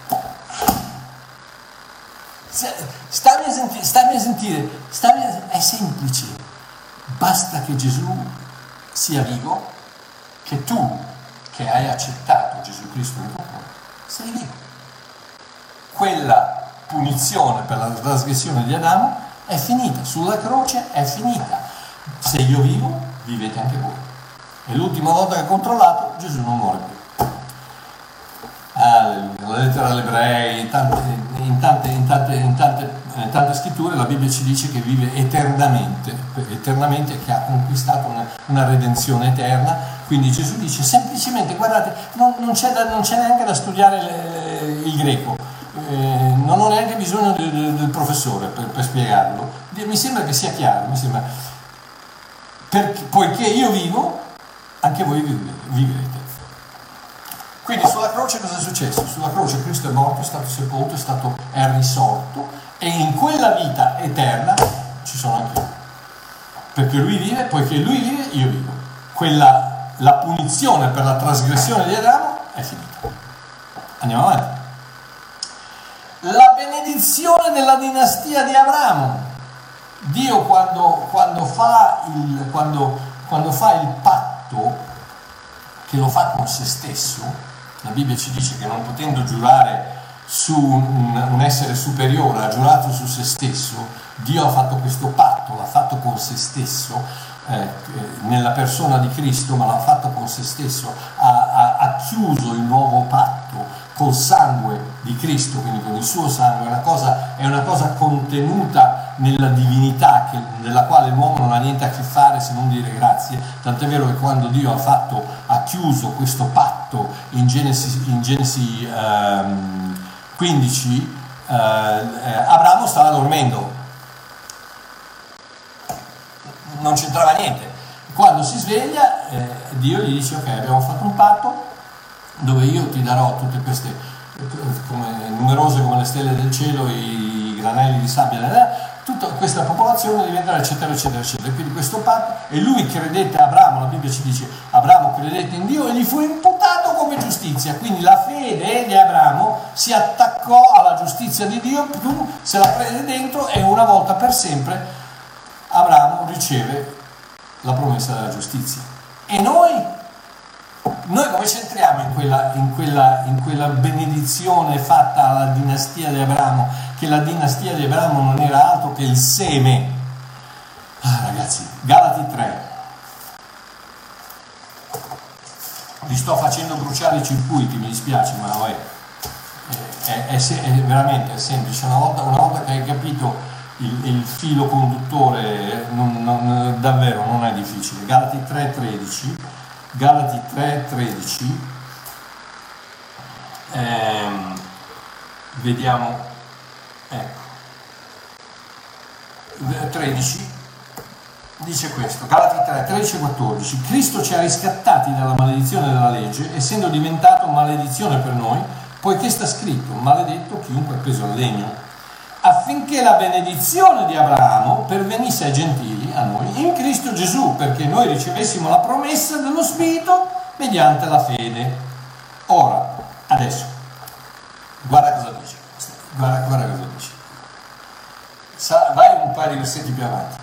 Stammi a sentire, è semplice. Basta che Gesù sia vivo, che tu, che hai accettato Gesù Cristo nel tuo cuore, sei vivo. Quella punizione per la trasgressione di Adamo è finita, sulla croce è finita. Se io vivo, vivete anche voi. E l'ultima volta che ho controllato, Gesù non muore più. La lettera agli ebrei, in tante scritture la Bibbia ci dice che vive eternamente, che ha conquistato una redenzione eterna. Quindi Gesù dice semplicemente, guardate, non c'è neanche da studiare il greco, non ho neanche bisogno del professore per spiegarlo, mi sembra che sia chiaro, poiché io vivo, anche voi vivrete. Quindi sulla croce cosa è successo? Sulla croce Cristo è morto, è stato sepolto, è risorto, e in quella vita eterna ci sono anche io. Perché lui vive, poiché lui vive, io vivo. La punizione per la trasgressione di Adamo è finita. Andiamo avanti. La benedizione della dinastia di Abramo. Dio quando fa il patto, che lo fa con se stesso, la Bibbia ci dice che non potendo giurare su un essere superiore, ha giurato su se stesso. Dio ha fatto questo patto, l'ha fatto con se stesso, nella persona di Cristo, ma l'ha fatto con se stesso, ha chiuso il nuovo patto col sangue di Cristo, quindi con il suo sangue. È una cosa contenuta nella divinità, della quale l'uomo non ha niente a che fare se non dire grazie. Tant'è vero che quando Dio ha chiuso questo patto in Genesi 15, Abramo stava dormendo, non c'entrava niente. Quando si sveglia, Dio gli dice: ok, abbiamo fatto un patto dove io ti darò tutte queste, numerose come le stelle del cielo, i granelli di sabbia, tutta questa popolazione diventerà, eccetera eccetera eccetera. Quindi questo patto, e lui credette, Abramo, la Bibbia ci dice, Abramo credette in Dio e gli fu imputato come giustizia. Quindi la fede di Abramo si attaccò alla giustizia di Dio, se la prende dentro, e una volta per sempre Abramo riceve la promessa della giustizia. E noi come ci entriamo in quella benedizione fatta alla dinastia di Abramo, che la dinastia di Abramo non era altro che il seme. Ragazzi, Galati 3, vi sto facendo bruciare i circuiti, mi dispiace, ma è veramente semplice. Una volta che hai capito il filo conduttore, davvero non è difficile. Galati 3:13, vediamo, ecco, 13 dice questo, Galati 3:13-14: Cristo ci ha riscattati dalla maledizione della legge, essendo diventato maledizione per noi, poiché sta scritto: maledetto chiunque è preso al legno, affinché la benedizione di Abramo pervenisse ai gentili, a noi, in Cristo Gesù, perché noi ricevessimo la promessa dello Spirito mediante la fede. Ora, adesso, guarda cosa dice. Vai un paio di versetti più avanti.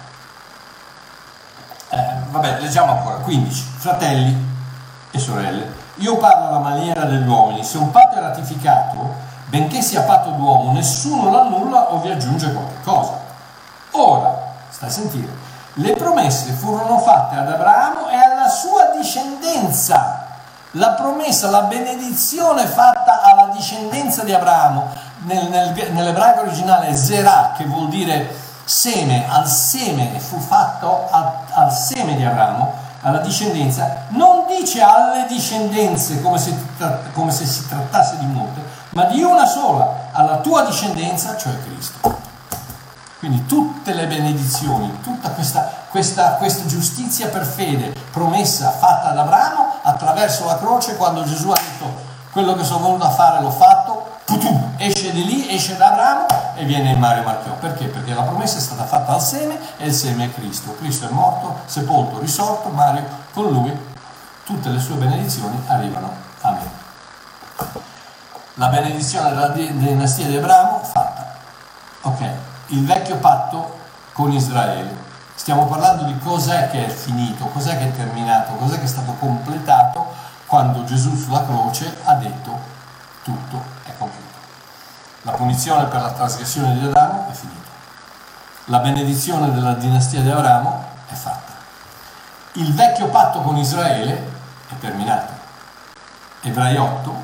Leggiamo ancora. 15. Fratelli e sorelle, io parlo alla maniera degli uomini. Se un patto è ratificato, benché sia patto d'uomo, nessuno lo annulla o vi aggiunge qualche cosa. Ora, stai a sentire, le promesse furono fatte ad Abramo e alla sua discendenza. La promessa, la benedizione fatta alla discendenza di Abramo, nell'ebraico originale è Zerah, che vuol dire seme, al seme, fu fatto al seme di Abramo, alla discendenza. Non dice alle discendenze come se si trattasse di molte, ma di una sola, alla tua discendenza, cioè Cristo. Quindi tutte le benedizioni, tutta questa giustizia per fede promessa fatta ad Abramo attraverso la croce, quando Gesù ha detto quello che sono venuto a fare l'ho fatto, esce di lì, esce da Abramo e viene in Mario Marchiò. Perché? Perché la promessa è stata fatta al seme e il seme è Cristo. Cristo è morto, sepolto, risorto, Mario con lui, tutte le sue benedizioni arrivano a me. La benedizione della dinastia di Abramo fatta. Ok, il vecchio patto con Israele. Stiamo parlando di cos'è che è finito, cos'è che è terminato, cos'è che è stato completato quando Gesù sulla croce ha detto tutto è compiuto. La punizione per la trasgressione di Adamo è finita. La benedizione della dinastia di Abramo è fatta. Il vecchio patto con Israele è terminato. Ebrei 8.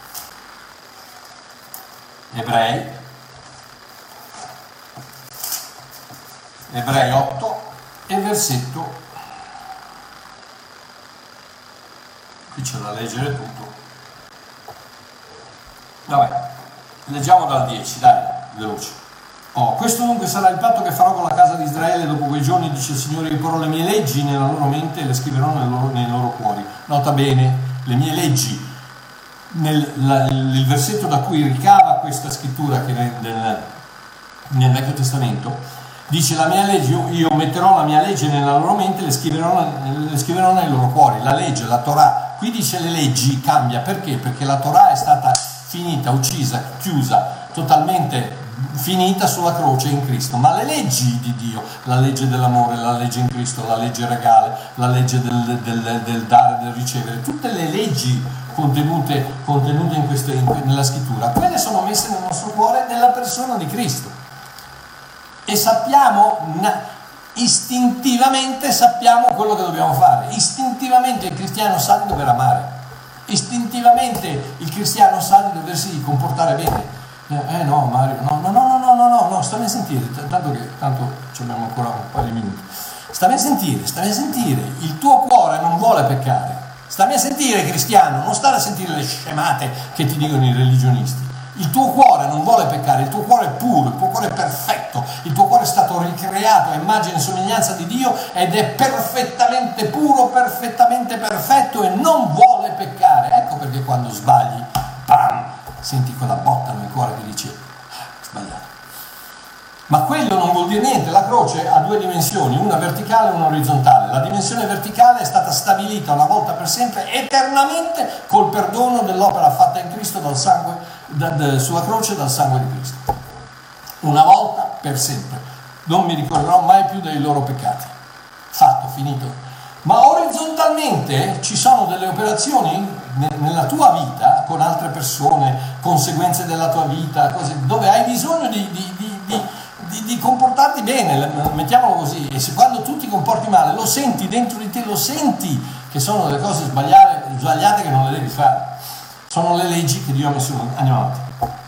Ebrei 8 e versetto, qui c'è da leggere tutto, vabbè, leggiamo dal 10, dai, veloce. Questo dunque sarà il patto che farò con la casa di Israele dopo quei giorni, dice il Signore, io porrò le mie leggi nella loro mente e le scriverò nei loro cuori. Nota bene, le mie leggi, il versetto da cui ricava questa scrittura che nel Vecchio Testamento dice la mia legge, io metterò la mia legge nella loro mente e le scriverò nei loro cuori. La legge, la Torah, qui dice le leggi, cambia, perché? Perché la Torah è stata finita, uccisa, chiusa, totalmente finita sulla croce in Cristo, ma le leggi di Dio, la legge dell'amore, la legge in Cristo, la legge regale, la legge del dare e del ricevere, tutte le leggi contenute nella scrittura, quelle sono messe nel nostro cuore nella persona di Cristo. E istintivamente sappiamo quello che dobbiamo fare. Istintivamente il cristiano sa di dover amare. Istintivamente il cristiano sa di doversi comportare bene. No Mario, no, stammi a sentire, tanto ci abbiamo ancora un paio di minuti. Stammi a sentire, il tuo cuore non vuole peccare. Stammi a sentire, cristiano, non stare a sentire le scemate che ti dicono i religionisti. Il tuo cuore non vuole peccare, il tuo cuore è puro, il tuo cuore è perfetto, il tuo cuore è stato ricreato a immagine e somiglianza di Dio ed è perfettamente puro, perfettamente perfetto e non vuole peccare. Ecco perché quando sbagli, bam, senti quella botta nel cuore che dice sbagliato. Ma quello non vuol dire niente, la croce ha due dimensioni, una verticale e una orizzontale. La dimensione verticale è stata stabilita una volta per sempre, eternamente, col perdono dell'opera fatta in Cristo dal sangue, sulla croce dal sangue di Cristo. Una volta per sempre. Non mi ricorderò mai più dei loro peccati. Fatto, finito. Ma orizzontalmente ci sono delle operazioni nella tua vita, con altre persone, conseguenze della tua vita, cose, dove hai bisogno di comportarti bene, mettiamolo così, e se quando tu ti comporti male lo senti dentro di te, lo senti che sono delle cose sbagliate che non le devi fare, sono le leggi che Dio ha messo. Andiamo avanti.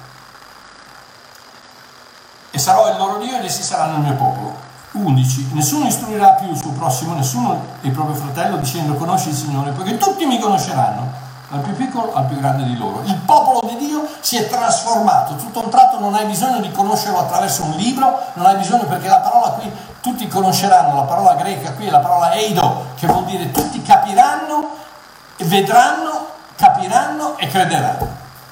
E sarò il loro Dio ed essi saranno il mio popolo. 11. Nessuno istruirà più il suo prossimo, nessuno il proprio fratello, dicendo conosci il Signore, poiché tutti mi conosceranno, dal più piccolo al più grande di loro. Il popolo di Dio si è trasformato, tutto un tratto non hai bisogno di conoscerlo attraverso un libro, non hai bisogno, perché la parola qui tutti conosceranno, la parola greca qui è la parola eido, che vuol dire tutti capiranno, vedranno, capiranno e crederanno.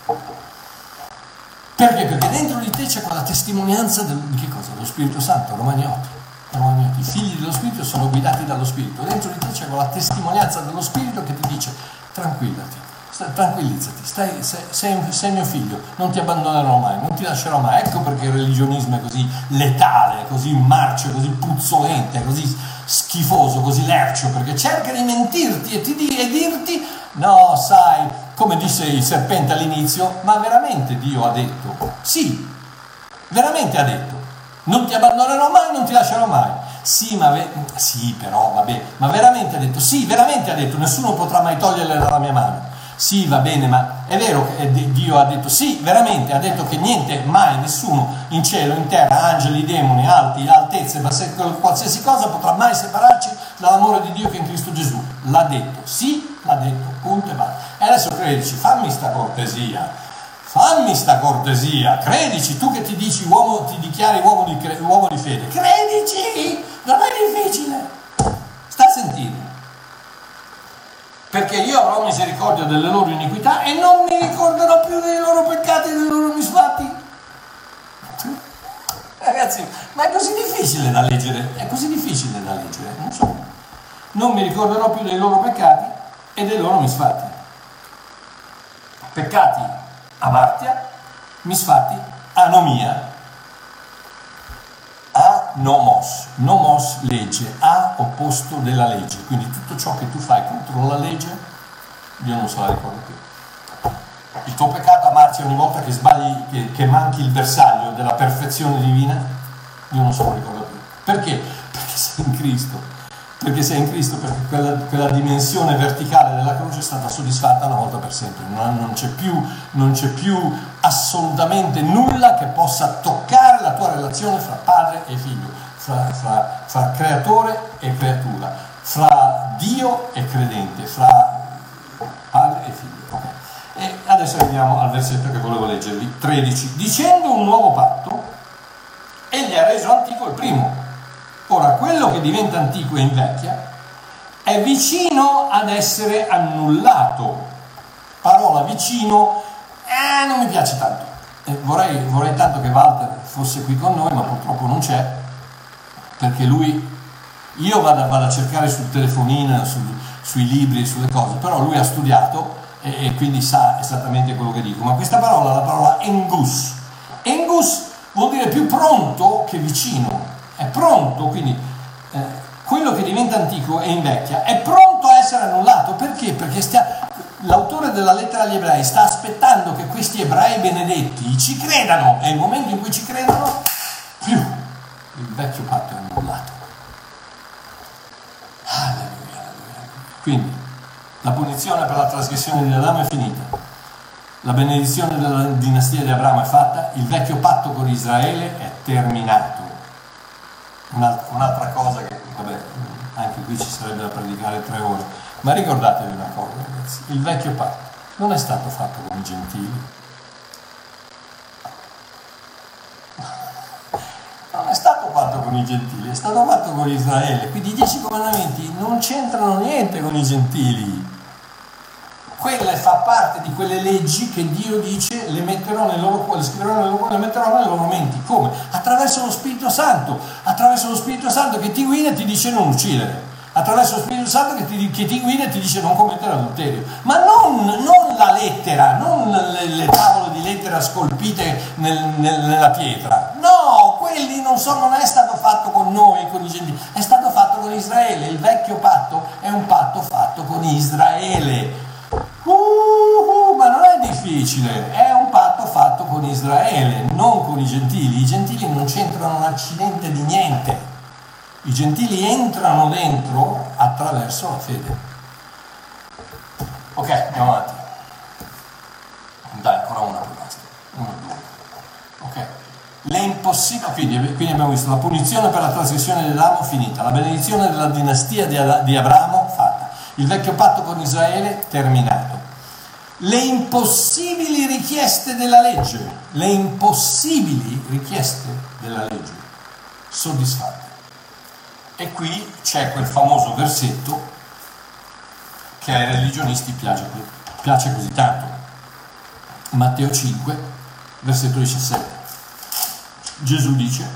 Perché? Perché dentro di te c'è quella testimonianza di che cosa? Lo Spirito Santo, Romani 8. I figli dello Spirito sono guidati dallo Spirito, dentro di te c'è quella testimonianza dello Spirito che ti dice tranquillizzati, sei mio figlio, non ti abbandonerò mai, non ti lascerò mai. Ecco perché il religionismo è così letale, così marcio, così puzzolente, così schifoso, così lercio, perché cerca di mentirti e dirti no, sai, come disse il serpente all'inizio, ma veramente Dio ha detto? Sì, veramente ha detto, non ti abbandonerò mai, non ti lascerò mai. Sì, però vabbè, ma veramente ha detto? Sì, veramente ha detto, nessuno potrà mai toglierle dalla mia mano. Sì, va bene, ma è vero che Dio ha detto? Sì, veramente ha detto che niente, mai, nessuno in cielo, in terra, angeli, demoni, alti, altezze, qualsiasi cosa potrà mai separarci dall'amore di Dio che è in Cristo Gesù. L'ha detto, sì, l'ha detto, punto e basta. E adesso credici, fammi sta cortesia, fammi sta cortesia, credici, tu che ti dici uomo, ti dichiari uomo di fede, credici, non è difficile, sta a sentire, perché io avrò misericordia delle loro iniquità e non mi ricorderò più dei loro peccati e dei loro misfatti. Ragazzi, ma è così difficile da leggere, non so, non mi ricorderò più dei loro peccati e dei loro misfatti. Peccati amartia, misfatti anomia, nomos legge, opposto della legge, quindi tutto ciò che tu fai contro la legge Dio non se la ricorda più. Il tuo peccato amarti ogni volta che sbagli, che manchi il bersaglio della perfezione divina, Dio non se lo ricorda più. Perché? Perché sei in Cristo. Perché quella dimensione verticale della croce è stata soddisfatta una volta per sempre. Non c'è più assolutamente nulla che possa toccare la tua relazione fra padre e figlio, fra creatore e creatura, fra Dio e credente, fra padre e figlio. Okay. E adesso arriviamo al versetto che volevo leggervi, 13. Dicendo un nuovo patto, egli ha reso antico il primo. Ora, quello che diventa antico e invecchia è vicino ad essere annullato. Parola vicino, non mi piace tanto. Vorrei tanto che Walter fosse qui con noi, ma purtroppo non c'è, perché io vado a cercare sul telefonino, sui libri, sulle cose, però lui ha studiato e quindi sa esattamente quello che dico. Ma questa parola, la parola engus vuol dire più pronto che vicino. È pronto, quindi quello che diventa antico e invecchia è pronto a essere annullato. Perché? Perché l'autore della lettera agli ebrei sta aspettando che questi ebrei benedetti ci credano, e nel momento in cui ci credono, il vecchio patto è annullato. Alleluia. Quindi la punizione per la trasgressione di Adamo è finita, la benedizione della dinastia di Abramo è fatta, il vecchio patto con Israele è terminato. Un'altra cosa che, vabbè, anche qui ci sarebbe da predicare 3 ore, ma ricordatevi una cosa, ragazzi, il vecchio patto non è stato fatto con i gentili, non è stato fatto con i gentili, è stato fatto con Israele, quindi i 10 comandamenti non c'entrano niente con i gentili. Quella fa parte di quelle leggi che Dio dice le metterò nel loro cuore, le scriverò nel loro cuore, le metterò nei loro menti. Come? Attraverso lo Spirito Santo che ti guida e ti dice non uccidere, attraverso lo Spirito Santo che ti guida e ti dice non commettere adulterio, ma non la lettera, non le tavole di lettera scolpite nella pietra. No, quelli non è stato fatto con noi, con i gentili, è stato fatto con Israele. Il vecchio patto è un patto fatto con Israele. Ma non è difficile, è un patto fatto con Israele, non con i gentili. I gentili non c'entrano un accidente di niente, i gentili entrano dentro attraverso la fede. Ok, andiamo avanti. Dai, ancora una per basta. 1, 2. Ok. Quindi abbiamo visto la punizione per la trasgressione di Adamo finita, la benedizione della dinastia di Abramo fatta, il vecchio patto con Israele terminato. Le impossibili richieste della legge soddisfatte. E qui c'è quel famoso versetto che ai religionisti piace così tanto. Matteo 5, versetto 17. Gesù dice: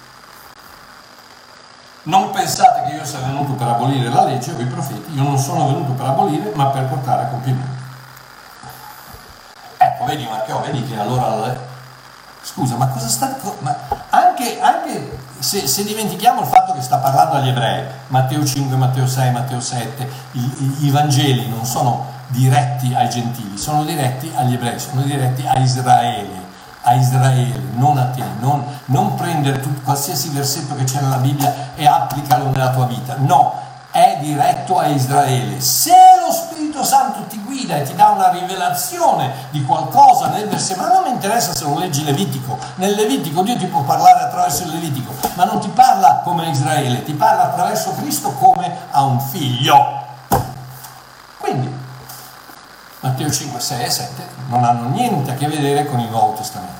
non pensate che io sia venuto per abolire la legge o i profeti, io non sono venuto per abolire ma per portare a compimento. Ecco, vedi Marchio, vedi che allora scusa, ma cosa sta, ma anche se dimentichiamo il fatto che sta parlando agli ebrei, Matteo 5, Matteo 6, Matteo 7, i Vangeli non sono diretti ai gentili, sono diretti agli ebrei, sono diretti a Israele, non a te, non prendere qualsiasi versetto che c'è nella Bibbia e applicalo nella tua vita, no, è diretto a Israele. Se lo Spirito Santo ti guida e ti dà una rivelazione di qualcosa nel versetto, ma non mi interessa se lo leggi Levitico, nel Levitico Dio ti può parlare attraverso il Levitico, ma non ti parla come a Israele, ti parla attraverso Cristo come a un figlio. Quindi Matteo 5, 6 e 7 non hanno niente a che vedere con il Nuovo Testamento.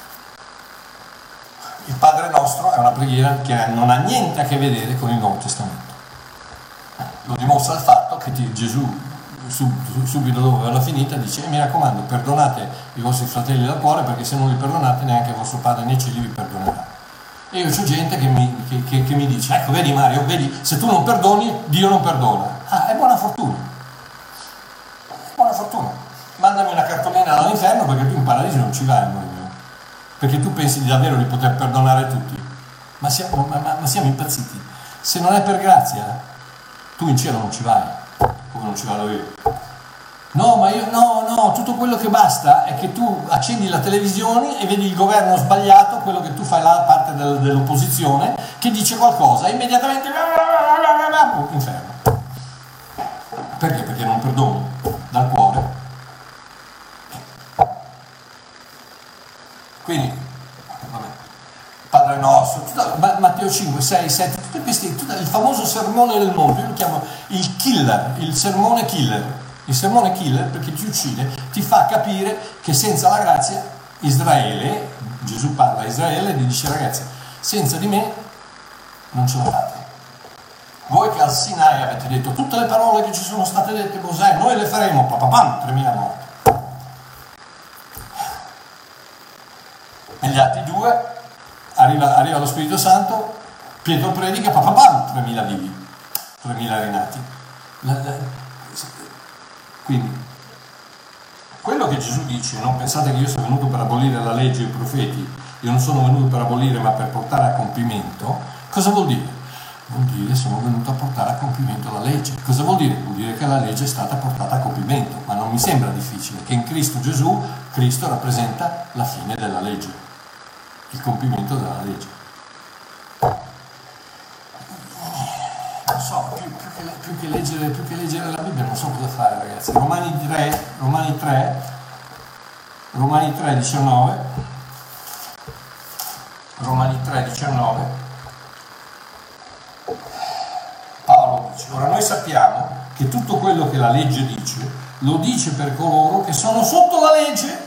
Il Padre Nostro è una preghiera che non ha niente a che vedere con il Nuovo Testamento. Lo dimostra il fatto che Gesù subito dopo averla finita dice: mi raccomando, perdonate i vostri fratelli dal cuore, perché se non li perdonate neanche il vostro Padre nei cieli vi perdonerà. E io c'ho gente che mi dice: ecco, vedi Mario, vedi, se tu non perdoni, Dio non perdona. Ah, è buona fortuna. È buona fortuna. Mandami una cartolina dall'inferno, perché tu in paradiso non ci vai, amore mio. Perché tu pensi davvero di poter perdonare tutti. Ma siamo impazziti. Se non è per grazia, tu in cielo non ci vai, come non ci vado io. No, ma io no, tutto quello che basta è che tu accendi la televisione e vedi il governo sbagliato, quello che tu fai là, parte dell'opposizione, che dice qualcosa, e immediatamente inferno. Perché? Perché non perdoni dal cuore. Quindi, vabbè, Padre Nostro, Matteo 5, 6, 7, tutti questi, il famoso sermone del monte, io lo chiamo il killer, il sermone killer. Il sermone killer, perché ti uccide, ti fa capire che senza la grazia Israele, Gesù parla a Israele e gli dice: ragazzi, senza di me non ce la fate. Voi che al Sinai avete detto tutte le parole che ci sono state dette a Mosè, noi le faremo, papapam, 3.000 morti. Negli Atti 2 arriva lo Spirito Santo, Pietro predica, papapam, 3.000 vivi, 3.000 rinati. Quindi, quello che Gesù dice: non pensate che io sia venuto per abolire la legge e i profeti, io non sono venuto per abolire ma per portare a compimento, cosa vuol dire? Vuol dire: sono venuto a portare a compimento la legge. Cosa vuol dire? Vuol dire che la legge è stata portata a compimento, ma non mi sembra difficile, che in Cristo Gesù, Cristo rappresenta la fine della legge, il compimento della legge. Non so, più che leggere la Bibbia non so cosa fare, ragazzi. Romani 3, 19, Paolo dice: ora noi sappiamo che tutto quello che la legge dice lo dice per coloro che sono sotto la legge.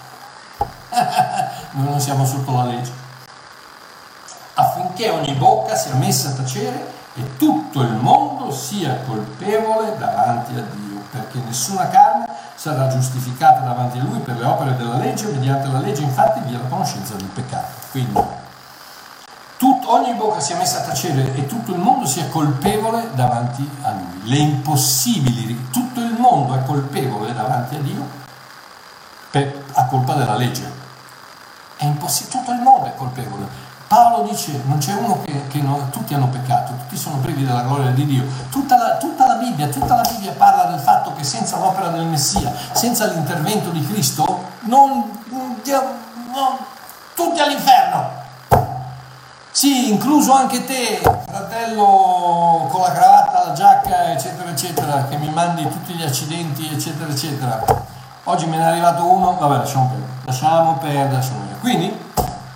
Noi non siamo sotto la legge, affinché ogni bocca sia messa a tacere e tutto il mondo sia colpevole davanti a Dio, perché nessuna carne sarà giustificata davanti a Lui per le opere della legge. Mediante la legge infatti vi è la conoscenza del peccato. Quindi ogni bocca sia messa a tacere e tutto il mondo sia colpevole davanti a Lui. Le impossibili, tutto il mondo è colpevole davanti a Dio a colpa della legge. È impossibile, tutto il mondo è colpevole. Paolo dice: non c'è uno che non, tutti hanno peccato, tutti sono privi della gloria di Dio. Tutta la Bibbia parla del fatto che senza l'opera del Messia, senza l'intervento di Cristo, tutti all'inferno. Sì, incluso anche te, fratello con la cravatta, la giacca, eccetera, eccetera, che mi mandi tutti gli accidenti, eccetera, eccetera. Oggi me ne è arrivato uno, vabbè, lasciamo perdere. Quindi,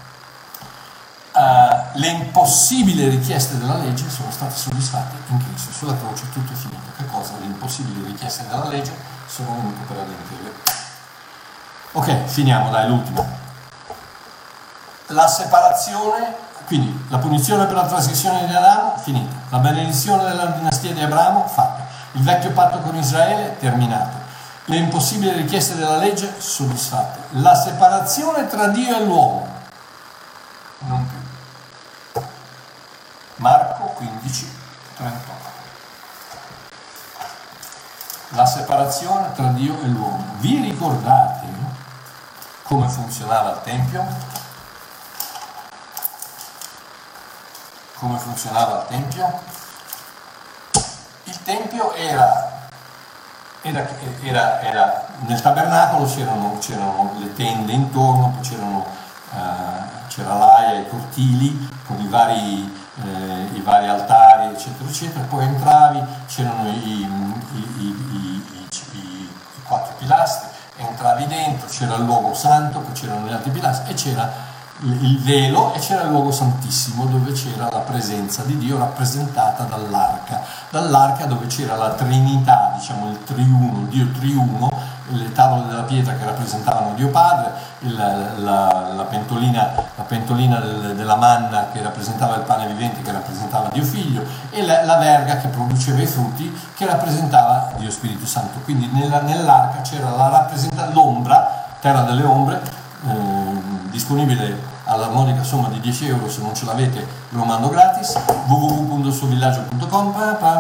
le impossibili richieste della legge sono state soddisfatte in Cristo. Sulla croce tutto è finito. Che cosa? Le impossibili richieste della legge sono venute per adempierle. Ok, finiamo, dai, l'ultima. La separazione, quindi la punizione per la trasgressione di Adamo, finita. La benedizione della dinastia di Abramo, fatta. Il vecchio patto con Israele, terminato. Le impossibili richieste della legge, soddisfatte. La separazione tra Dio e l'uomo, non più. Marco 15, 38. La separazione tra Dio e l'uomo. Vi ricordate come funzionava il Tempio? Come funzionava il Tempio? Il Tempio era nel tabernacolo, c'erano le tende intorno, poi c'era l'aia, i cortili con i vari altari, eccetera, eccetera. Poi entravi, c'erano i 4 pilastri, entravi dentro, c'era il luogo santo, poi c'erano gli altri pilastri e c'era il velo e c'era il luogo santissimo, dove c'era la presenza di Dio rappresentata dall'arca dove c'era la Trinità, diciamo il triuno, Dio triuno, le tavole della pietra che rappresentavano Dio Padre, la pentolina della manna che rappresentava il pane vivente, che rappresentava Dio Figlio, e la verga che produceva i frutti, che rappresentava Dio Spirito Santo. Quindi nell'arca c'era l'ombra, terra delle ombre, disponibile all'armonica somma di 10 euro. Se non ce l'avete ve lo mando gratis, www.suovillaggio.com.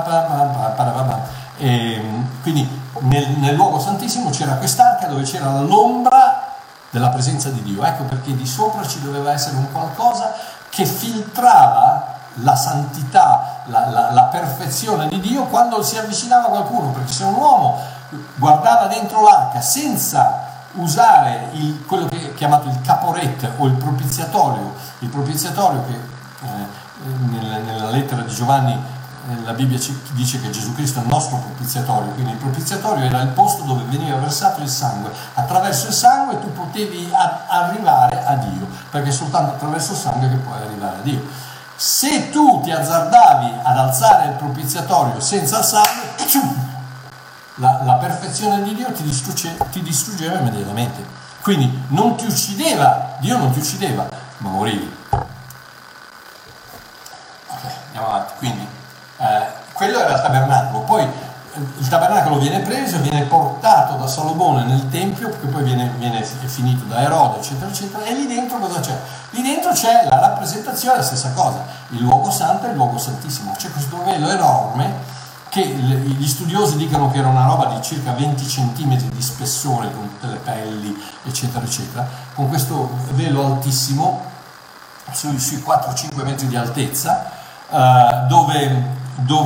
Quindi nel luogo santissimo c'era quest'arca dove c'era l'ombra della presenza di Dio. Ecco perché di sopra ci doveva essere un qualcosa che filtrava la santità, la perfezione di Dio quando si avvicinava a qualcuno, perché se un uomo guardava dentro l'arca senza usare quello che è chiamato il caporet o il propiziatorio che nella lettera di Giovanni la Bibbia ci dice che Gesù Cristo è il nostro propiziatorio, quindi il propiziatorio era il posto dove veniva versato il sangue. Attraverso il sangue tu potevi arrivare a Dio, perché è soltanto attraverso il sangue che puoi arrivare a Dio. Se tu ti azzardavi ad alzare il propiziatorio senza il sangue, la perfezione di Dio ti distruggeva immediatamente. Quindi non ti uccideva, Dio non ti uccideva, ma morivi. Ok, andiamo avanti. Quindi quello era il tabernacolo. Poi il tabernacolo viene preso, viene portato da Salomone nel Tempio, perché poi viene finito da Erode, eccetera, eccetera. E lì dentro cosa c'è? Lì dentro c'è la rappresentazione, la stessa cosa, il luogo santo e il luogo santissimo. C'è questo velo enorme che gli studiosi dicono che era una roba di circa 20 centimetri di spessore, con tutte le pelli, eccetera, eccetera, con questo velo altissimo, sui 4-5 metri di altezza, dove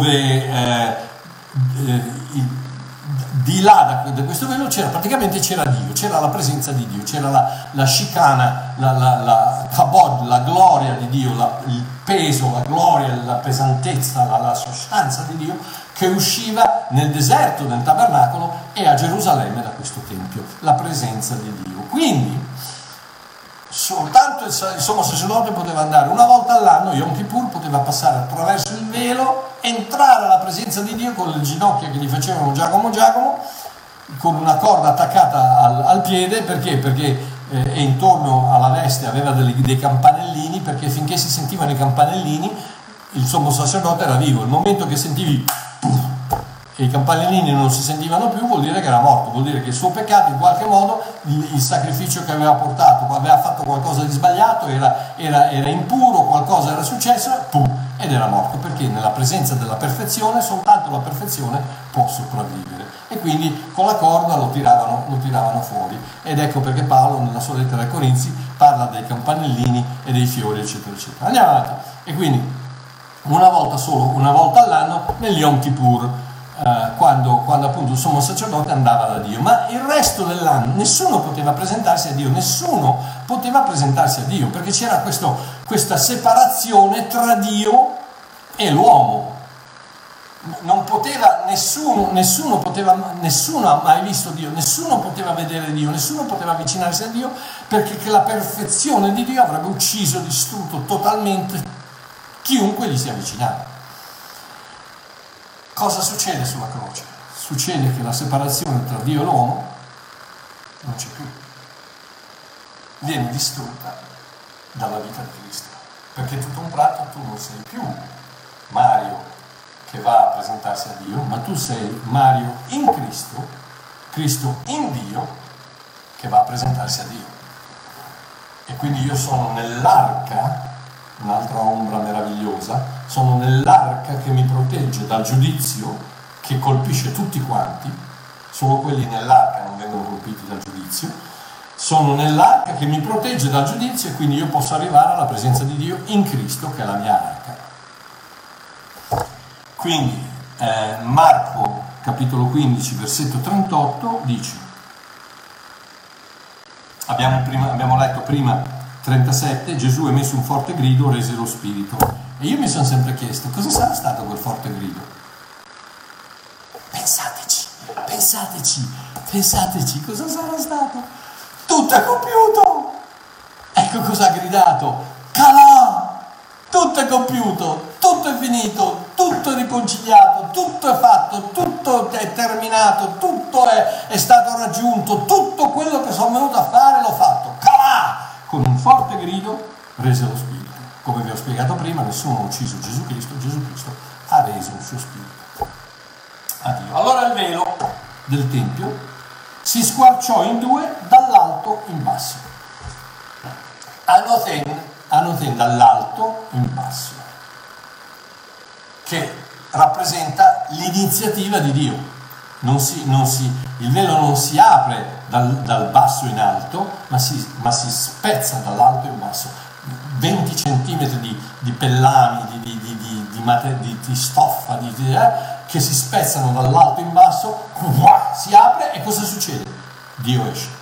di là da questo velo c'era Dio, c'era la presenza di Dio, c'era la Shekinah, la kabod, la gloria di Dio, il peso, la gloria, la pesantezza, la sostanza di Dio che usciva nel deserto del tabernacolo e a Gerusalemme da questo tempio, la presenza di Dio. Quindi soltanto il sommo sacerdote poteva andare una volta all'anno, Yom Kippur, poteva passare attraverso il velo, entrare alla presenza di Dio con le ginocchia che gli facevano Giacomo, con una corda attaccata al piede, perché e intorno alla veste aveva dei campanellini, perché finché si sentivano i campanellini il sommo sacerdote era vivo. Il momento che sentivi e i campanellini non si sentivano più, vuol dire che era morto, vuol dire che il suo peccato in qualche modo, il sacrificio che aveva portato, aveva fatto qualcosa di sbagliato, era impuro, qualcosa era successo, ed era morto, perché nella presenza della perfezione soltanto la perfezione può sopravvivere. E quindi con la corda lo tiravano fuori. Ed ecco perché Paolo nella sua lettera ai Corinzi parla dei campanellini e dei fiori, eccetera, eccetera. Andiamo avanti. E quindi una volta all'anno nel Yom Kippur, quando appunto il sommo sacerdote andava da Dio, ma il resto dell'anno nessuno poteva presentarsi a Dio, perché c'era questa separazione tra Dio e l'uomo. Non poteva nessuno ha mai visto Dio, nessuno poteva vedere Dio, nessuno poteva avvicinarsi a Dio, perché la perfezione di Dio avrebbe ucciso, distrutto totalmente chiunque gli si avvicinava. Cosa succede sulla croce? Succede che la separazione tra Dio e l'uomo non c'è più, viene distrutta dalla vita di Cristo, perché tutto un tratto tu non sei più Mario che va a presentarsi a Dio, ma tu sei Mario in Cristo, Cristo in Dio che va a presentarsi a Dio. E quindi io sono nell'arca, un'altra ombra meravigliosa, sono nell'arca che mi protegge dal giudizio che colpisce tutti quanti, solo quelli nell'arca non vengono colpiti dal giudizio, sono nell'arca che mi protegge dal giudizio, e quindi io posso arrivare alla presenza di Dio in Cristo, che è la mia arca. Quindi Marco capitolo 15 versetto 38 dice, abbiamo letto prima 37, Gesù emise un forte grido, rese lo spirito. E io mi sono sempre chiesto, cosa sarà stato quel forte grido? Pensateci, cosa sarà stato? Tutto è compiuto! Ecco cosa ha gridato, Calà! Tutto è compiuto, tutto è finito, tutto è riconciliato, tutto è fatto, tutto è terminato, tutto è stato raggiunto, tutto quello che sono venuto a fare l'ho fatto. Calà! Con un forte grido rese lo spirito. Come vi ho spiegato prima, nessuno ha ucciso Gesù Cristo ha reso il suo spirito a Dio. Allora il velo del Tempio si squarciò in due dall'alto in basso. Anoten dall'alto in basso, che rappresenta l'iniziativa di Dio. Il velo non si apre dal basso in alto, ma si spezza dall'alto in basso. 20 centimetri di pellami, di stoffa, che si spezzano dall'alto in basso, si apre e cosa succede? Dio esce.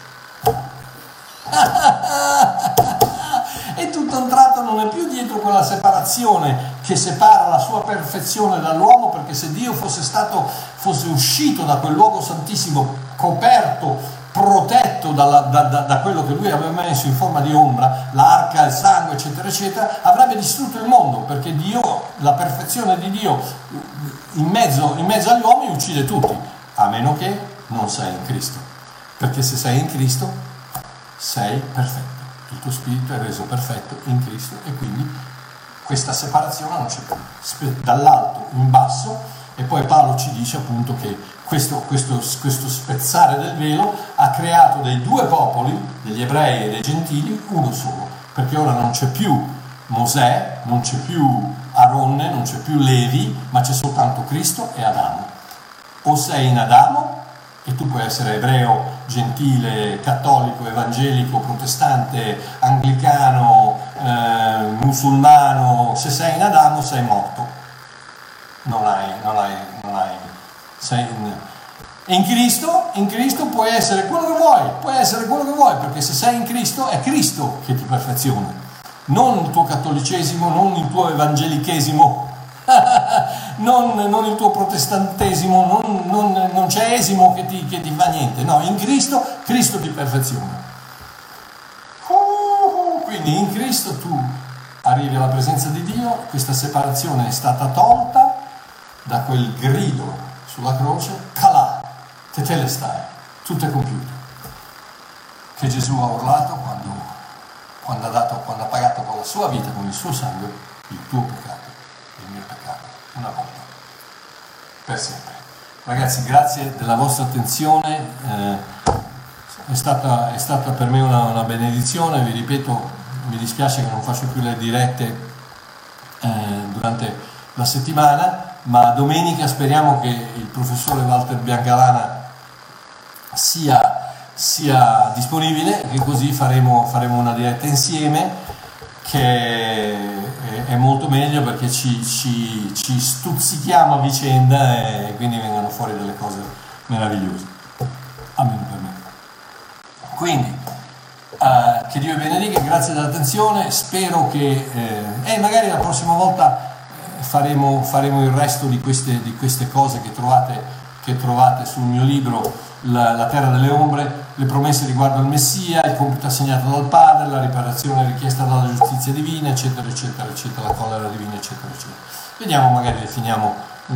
E tutto a un tratto non è più dietro quella separazione che separa la sua perfezione dall'uomo, perché se Dio fosse uscito da quel luogo santissimo, coperto, protetto da quello che lui aveva messo in forma di ombra, l'arca, il sangue, eccetera, eccetera, avrebbe distrutto il mondo, perché Dio, la perfezione di Dio in mezzo agli uomini uccide tutti, a meno che non sei in Cristo, perché se sei in Cristo sei perfetto. Il tuo spirito è reso perfetto in Cristo e quindi questa separazione non c'è più, dall'alto in basso. E poi Paolo ci dice appunto che questo spezzare del velo ha creato dei due popoli, degli ebrei e dei gentili, uno solo, perché ora non c'è più Mosè, non c'è più Aronne, non c'è più Levi, ma c'è soltanto Cristo e Adamo. O sei in Adamo, e tu puoi essere ebreo, gentile, cattolico, evangelico, protestante, anglicano, musulmano. Se sei in Adamo sei morto, sei in Cristo puoi essere quello che vuoi, perché se sei in Cristo è Cristo che ti perfeziona, non il tuo cattolicesimo, non il tuo evangelichesimo, non il tuo protestantesimo, non c'è esimo che ti fa niente. No, in Cristo ti perfeziona. Quindi in Cristo tu arrivi alla presenza di Dio, questa separazione è stata tolta da quel grido sulla croce, calà, tetelestai, tutto è compiuto, che Gesù ha urlato quando ha pagato con la sua vita, con il suo sangue, il tuo peccato, il mio peccato, una volta, per sempre. Ragazzi, grazie della vostra attenzione, è stata per me una benedizione. Vi ripeto, mi dispiace che non faccio più le dirette durante la settimana, ma domenica speriamo che il professore Walter Biancalana sia disponibile, e così faremo una diretta insieme, che è molto meglio, perché ci stuzzichiamo a vicenda e quindi vengono fuori delle cose meravigliose, almeno per me. Quindi che Dio vi benedica, grazie dell'attenzione, spero che magari la prossima volta faremo il resto di queste cose che trovate sul mio libro, la terra delle ombre, le promesse riguardo al Messia, il compito assegnato dal Padre, la riparazione richiesta dalla giustizia divina, eccetera, eccetera, eccetera, la collera divina, eccetera, eccetera. Vediamo, magari le finiamo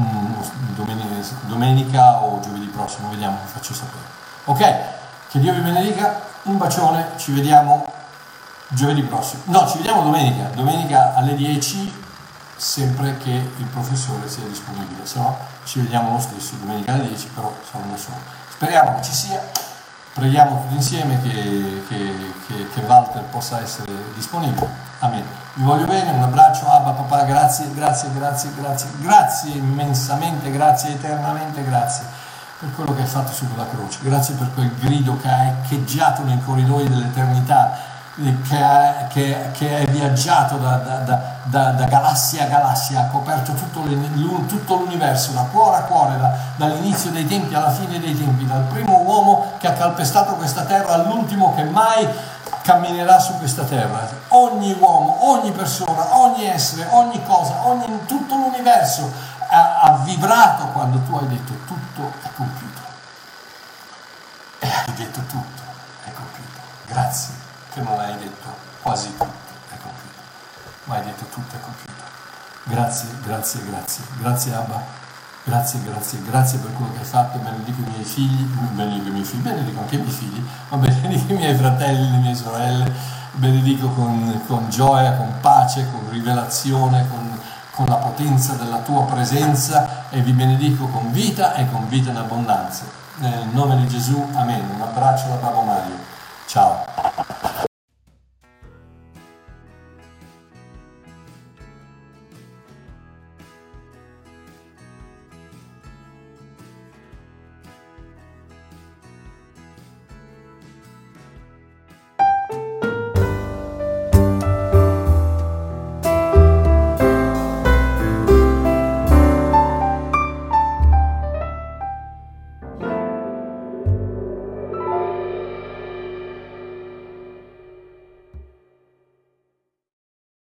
domenica o giovedì prossimo, vediamo, vi faccio sapere. Ok? Che Dio vi benedica, un bacione, ci vediamo giovedì prossimo. No, ci vediamo domenica alle 10, sempre che il professore sia disponibile, se no ci vediamo lo stesso domenica alle 10, però sono da solo. Speriamo che ci sia, preghiamo tutti insieme che Walter possa essere disponibile. Amen. Vi voglio bene, un abbraccio, Abba, papà, grazie immensamente, grazie eternamente, grazie per quello che hai fatto su quella croce, grazie per quel grido che ha echeggiato nei corridoi dell'eternità, che è viaggiato da galassia a galassia, ha coperto tutto l'universo, da cuore a cuore, dall'inizio dei tempi alla fine dei tempi, dal primo uomo che ha calpestato questa terra all'ultimo che mai camminerà su questa terra. Ogni uomo, ogni persona, ogni essere, ogni cosa, tutto l'universo ha vibrato quando tu hai detto tutto è compiuto. E hai detto tutto è compiuto. Grazie che non hai detto quasi tutto è compiuto, ma hai detto tutto è compiuto. Grazie Abba, Grazie per quello che hai fatto. Benedico i miei figli, benedico anche i miei figli, ma benedico i miei fratelli, le mie sorelle, benedico con gioia, con pace, con rivelazione, con la potenza della tua presenza, e vi benedico con vita e con vita in abbondanza. Nel nome di Gesù, amen. Un abbraccio da Babbo Mario. Ciao.